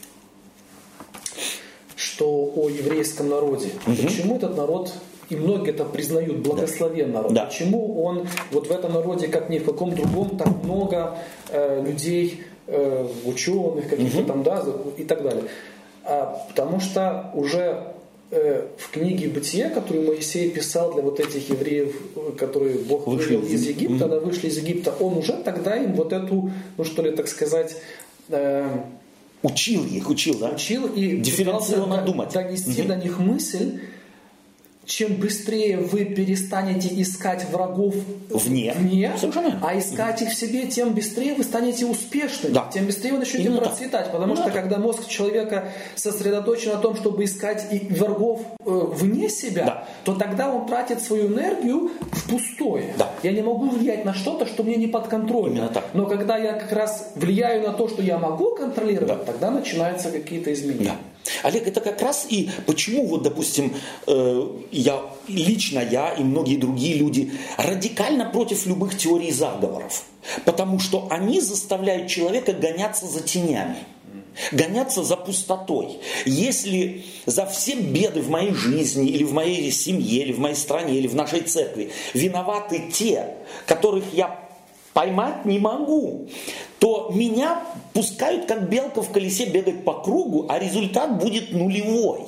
что о еврейском народе. Угу. Почему этот народ, и многие это признают, благословен народ. Да. Почему он вот в этом народе, как ни в каком другом, так много э, людей, э, ученых, каких-то угу. там, да, и так далее. А, потому что уже э, в книге «Бытие», которую Моисей писал для вот этих евреев, которые Бог вывел из Египта, угу. да, вышли из Египта, он уже тогда им вот эту, ну что ли, так сказать, э, Учил их, учил, да? Учил и дифференцированно думать. Донести угу. до них мысль, чем быстрее вы перестанете искать врагов вне, вне а угу. искать их в себе, тем быстрее вы станете успешными, да. тем быстрее вы начнете Именно процветать. Так. Потому Именно что так. Когда мозг человека сосредоточен на том, чтобы искать и врагов э, вне себя, да. то тогда он тратит свою энергию в пустое. Да. Я не могу влиять на что-то, что мне не подконтрольно. Но когда я как раз влияю на то, что я могу контролировать, да. тогда начинаются какие-то изменения. Да. Олег, это как раз и почему, вот, допустим, э, я, лично я и многие другие люди радикально против любых теорий заговоров. Потому что они заставляют человека гоняться за тенями, гоняться за пустотой. Если за все беды в моей жизни, или в моей семье, или в моей стране, или в нашей церкви виноваты те, которых я поймать не могу, то меня пускают как белка в колесе бегать по кругу, а результат будет нулевой.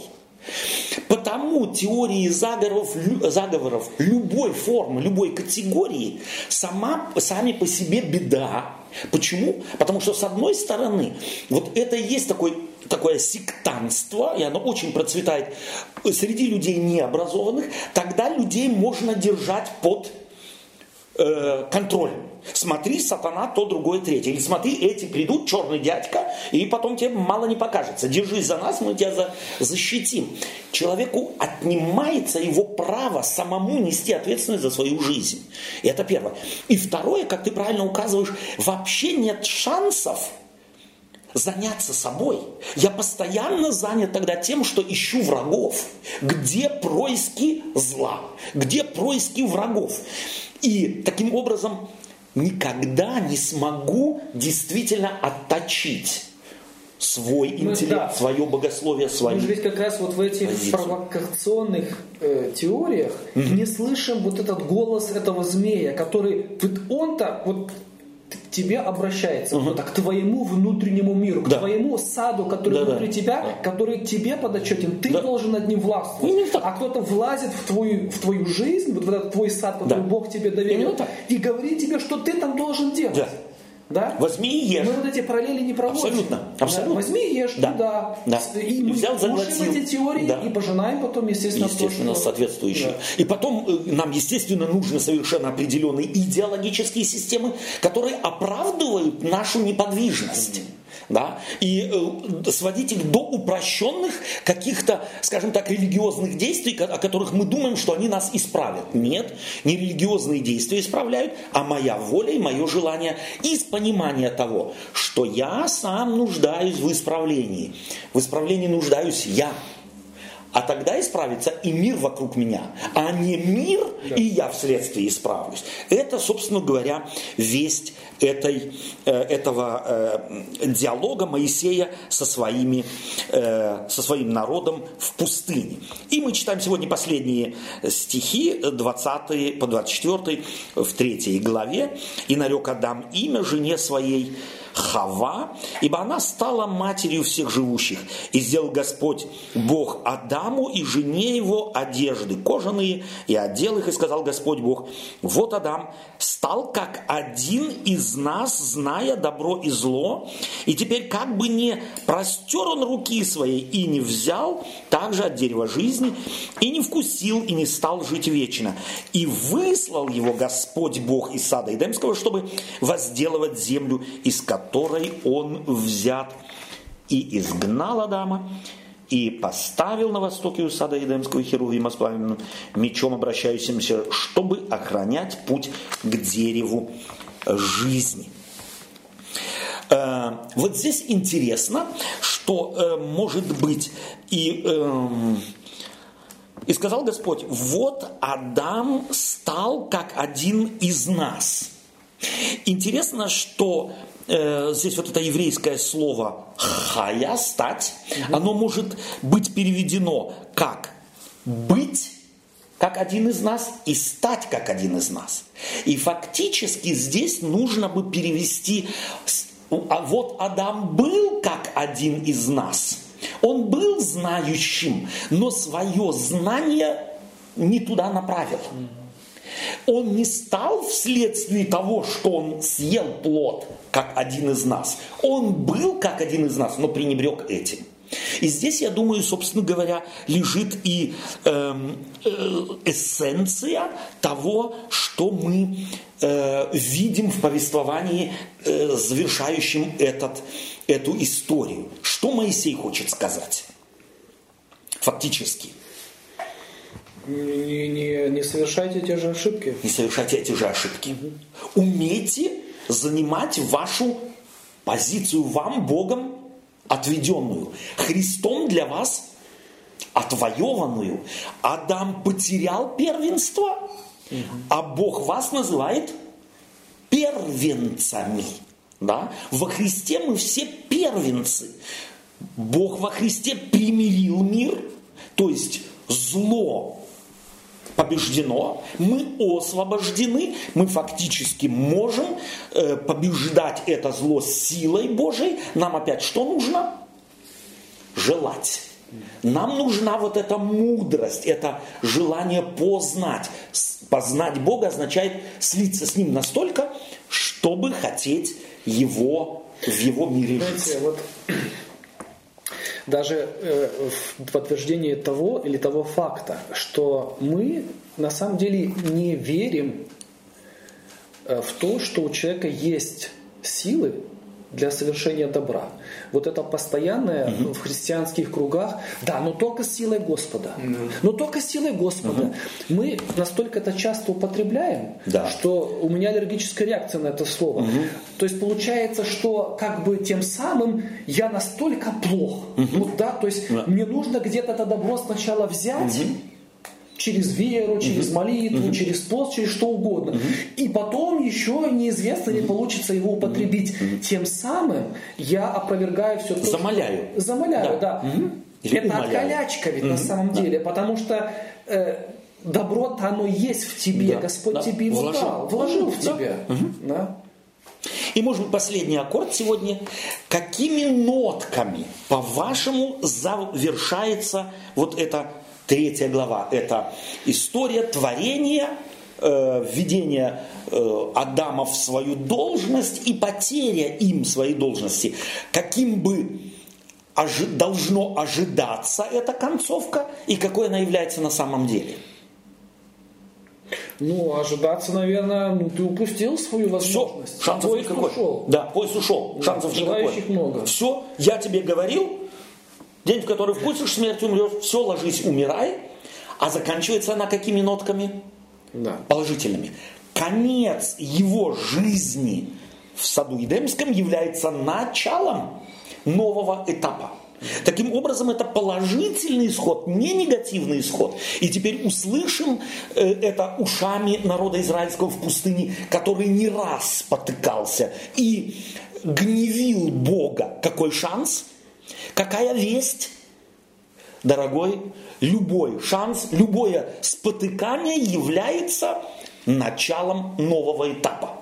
Потому теории заговоров, заговоров любой формы, любой категории сама, сами по себе беда. Почему? Потому что с одной стороны, вот это и есть такой, такое сектантство, и оно очень процветает среди людей необразованных, тогда людей можно держать под э, контролем. Смотри, сатана, то, другое, третье. Или смотри, эти придут, черный дядька, и потом тебе мало не покажется. Держись за нас, мы тебя за, защитим. Человеку отнимается его право самому нести ответственность за свою жизнь. И это первое. И второе, как ты правильно указываешь, вообще нет шансов заняться собой. Я постоянно занят тогда тем, что ищу врагов. Где происки зла? Где происки врагов? И таким образом никогда не смогу действительно отточить свой интеллект, да. свое богословие, свое. Мы же ведь как раз вот в этих позицию. провокационных э, теориях угу. не слышим вот этот голос этого змея, который вот он-то вот к тебе обращается, угу. вот, к твоему внутреннему миру, к да. твоему саду, который да, внутри да. тебя, да. который тебе подотчетен, ты да. должен над ним властвовать. А кто-то влазит в твою, в твою жизнь, вот в этот твой сад, который да. Бог тебе доверил, и говорит тебе, что ты там должен делать. Да. Да? Возьми и ешь. Мы вот эти параллели не проводим. Абсолютно. Абсолютно. Да? Возьми и ешь да. туда. Да. И мы взял, слушаем эти теории да. и пожинаем потом, естественно, естественно то, что... соответствующие. Да. И потом нам, естественно, нужны совершенно определенные идеологические системы, которые оправдывают нашу неподвижность. Mm-hmm. Да? И э, сводить их до упрощенных каких-то, скажем так, религиозных действий, о которых мы думаем, что они нас исправят. Нет, не религиозные действия исправляют, а моя воля и мое желание из понимания того, что я сам нуждаюсь в исправлении. В исправлении нуждаюсь я. А тогда исправится и мир вокруг меня, а не мир, да. и я вследствие исправлюсь. Это, собственно говоря, весть этой, этого э, диалога Моисея со, своими, э, со своим народом в пустыне. И мы читаем сегодня последние стихи, двадцатый по двадцать четвёртый, в третьей главе. «И нарек Адам имя жене своей Хава, ибо она стала матерью всех живущих. И сделал Господь Бог Адаму и жене его одежды кожаные, и одел их, и сказал Господь Бог: вот Адам стал как один из нас, зная добро и зло, и теперь как бы не простер он руки своей и не взял также от дерева жизни, и не вкусил, и не стал жить вечно. И выслал его Господь Бог из сада Эдемского, чтобы возделывать землю, из которой он взят. И изгнал Адама, и поставил на востоке у сада Эдемского херувима с пламенным мечом обращающимся, чтобы охранять путь к дереву жизни. Вот здесь интересно, что может быть и... И сказал Господь: вот Адам стал как один из нас. Интересно, что э, здесь вот это еврейское слово «хая», «стать», оно может быть переведено как «быть как один из нас» и «стать как один из нас». И фактически здесь нужно бы перевести «а вот Адам был как один из нас». Он был знающим, но свое знание не туда направил. Он не стал вследствие того, что он съел плод, как один из нас. Он был как один из нас, но пренебрег этим. И здесь, я думаю, собственно говоря, лежит и э, э, эссенция того, что мы э, видим в повествовании, э, завершающем этот, эту историю. Что Моисей хочет сказать? Фактически. Не, не, не совершайте те же ошибки. Не совершайте эти же ошибки. Угу. Умейте занимать вашу позицию вам, Богом, отведенную, Христом для вас отвоеванную. Адам потерял первенство, угу. а Бог вас называет первенцами. Да? Во Христе мы все первенцы. Бог во Христе примирил мир, то есть зло побеждено, мы освобождены, мы фактически можем э, побеждать это зло силой Божией. Нам опять что нужно? Желать. Нам нужна вот эта мудрость, это желание познать. Познать Бога означает слиться с Ним настолько, чтобы хотеть Его в Его мире жить. Знаете, вот даже э, в подтверждении того или того факта, что мы на самом деле не верим э, в то, что у человека есть силы для совершения добра. Вот это постоянное uh-huh. в христианских кругах, да, но только силой Господа. Uh-huh. Но только силой Господа. Uh-huh. Мы настолько это часто употребляем, да. что у меня аллергическая реакция на это слово. Uh-huh. То есть получается, что как бы тем самым я настолько плох. Uh-huh. Вот, да, то есть uh-huh. мне нужно где-то это добро сначала взять, uh-huh. через веру, через uh-huh. молитву, uh-huh. через пост, через что угодно. Uh-huh. И потом еще неизвестно, uh-huh. не получится его употребить. Uh-huh. Тем самым я опровергаю все то, Замоляю. Что... Замоляю, да. да. Uh-huh. Это умоляю. Откалячка ведь uh-huh. на самом да. деле, потому что э, добро-то оно есть в тебе, да. Господь да. тебе его вложил. дал, вложил uh-huh. в тебя. Uh-huh. Да. И, может быть, последний аккорд сегодня. Какими нотками, по-вашему, завершается вот это третья глава? Это история творения, э, введение э, Адама в свою должность и потеря им своей должности. Каким бы ожи- должно ожидаться эта концовка и какой она является на самом деле? Ну, ожидаться, наверное, ну, ты упустил свою возможность. Все, шансов поезд никакой. ушел. Да, поезд ушел, шансов желающих никакой. много. Все, я тебе говорил, день, в который вкусишь смерть, умрешь, все, ложись, умирай. А заканчивается она какими нотками? Да. Положительными. Конец его жизни в саду Эдемском является началом нового этапа. Таким образом, это положительный исход, не негативный исход. И теперь услышим э, это ушами народа израильского в пустыне, который не раз спотыкался и гневил Бога. Какой шанс? Какая весть? Дорогой, любой шанс, любое спотыкание является началом нового этапа.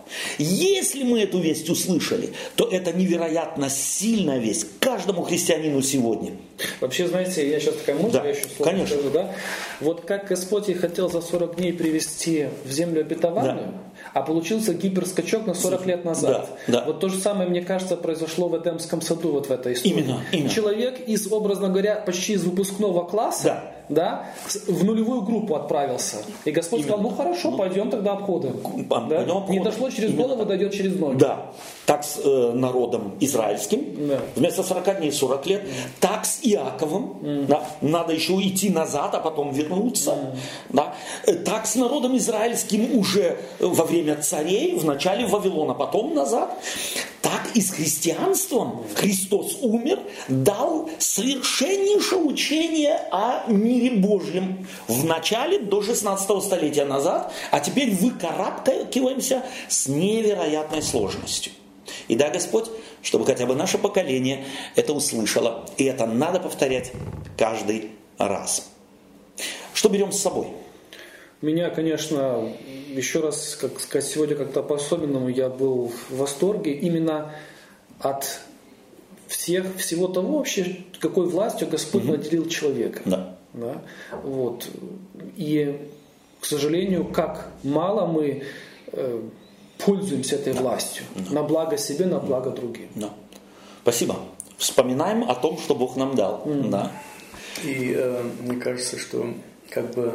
Если мы эту весть услышали, то это невероятно сильная весть каждому христианину сегодня. Вообще, знаете, я сейчас такая мысль, Да, я еще слово конечно. скажу, да? Вот как Господь их хотел за сорок дней привести в землю обетованную, Да. а получился гиперскачок на сорок лет назад. Да, да. Вот то же самое, мне кажется, произошло в Эдемском саду, вот в этой истории. Именно, именно. Человек из, образно говоря, почти из выпускного класса, Да. да, в нулевую группу отправился. И Господь сказал, ну хорошо, пойдем тогда обходы. Пойдем Да? обходы. Не дошло через Именно голову, так. дойдет через ноги. Да, так с э, народом израильским, Да. вместо сорока дней сорок лет, так с Иаковом, да, надо еще идти назад, а потом вернуться, да. Э, так с народом израильским уже во время царей, в начале Вавилона, потом назад, так и с христианством. Христос умер, дал совершеннейшее учение о мире Божьем в начале до шестнадцатого столетия назад, а теперь выкарабкиваемся с невероятной сложностью. И дай Господь, чтобы хотя бы наше поколение это услышало. И это надо повторять каждый раз. Что берем с собой? Меня, конечно, еще раз, как сказать, сегодня как-то по-особенному я был в восторге именно от всех, всего того вообще, какой властью Господь угу. наделил человека. Да. Да? Вот. И, к сожалению, как мало мы э, пользуемся этой да. властью. Да. На благо себе, на благо другим. Да. Спасибо. Вспоминаем о том, что Бог нам дал. Mm. Да. И э, мне кажется, что как бы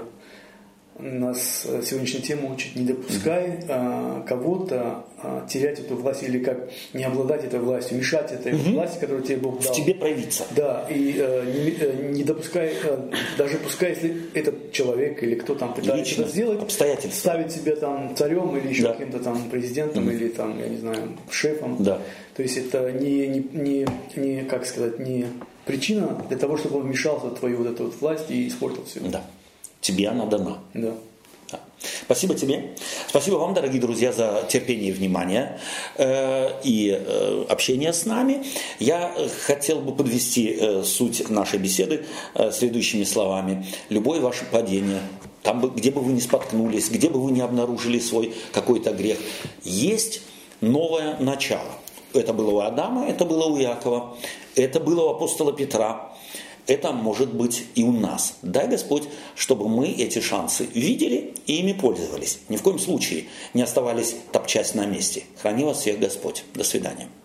нас сегодняшняя тема учит: не допускай а, кого-то а, терять эту власть, или как не обладать этой властью, мешать этой угу. власти, которую тебе Бог дал. В тебе проявиться. Да, и а, не, не допускай, а, даже пускай, если этот человек или кто там пытается Лично, это сделать, обстоятельства, ставить себя там царем или еще да. каким-то там президентом угу. или там, я не знаю, шефом. Да. То есть это не, не, не, не, как сказать, не причина для того, чтобы он вмешался в твою вот эту вот власть и испортил все. Да. Тебе она дана. Да. Да. Спасибо тебе. Спасибо вам, дорогие друзья, за терпение и внимание э, и э, общение с нами. Я хотел бы подвести э, суть нашей беседы э, следующими словами. Любое ваше падение, там, где бы вы ни споткнулись, где бы вы ни обнаружили свой какой-то грех, есть новое начало. Это было у Адама, это было у Иакова, это было у апостола Петра. Это может быть и у нас. Дай Господь, чтобы мы эти шансы видели и ими пользовались. Ни в коем случае не оставались топчась на месте. Храни вас всех Господь. До свидания.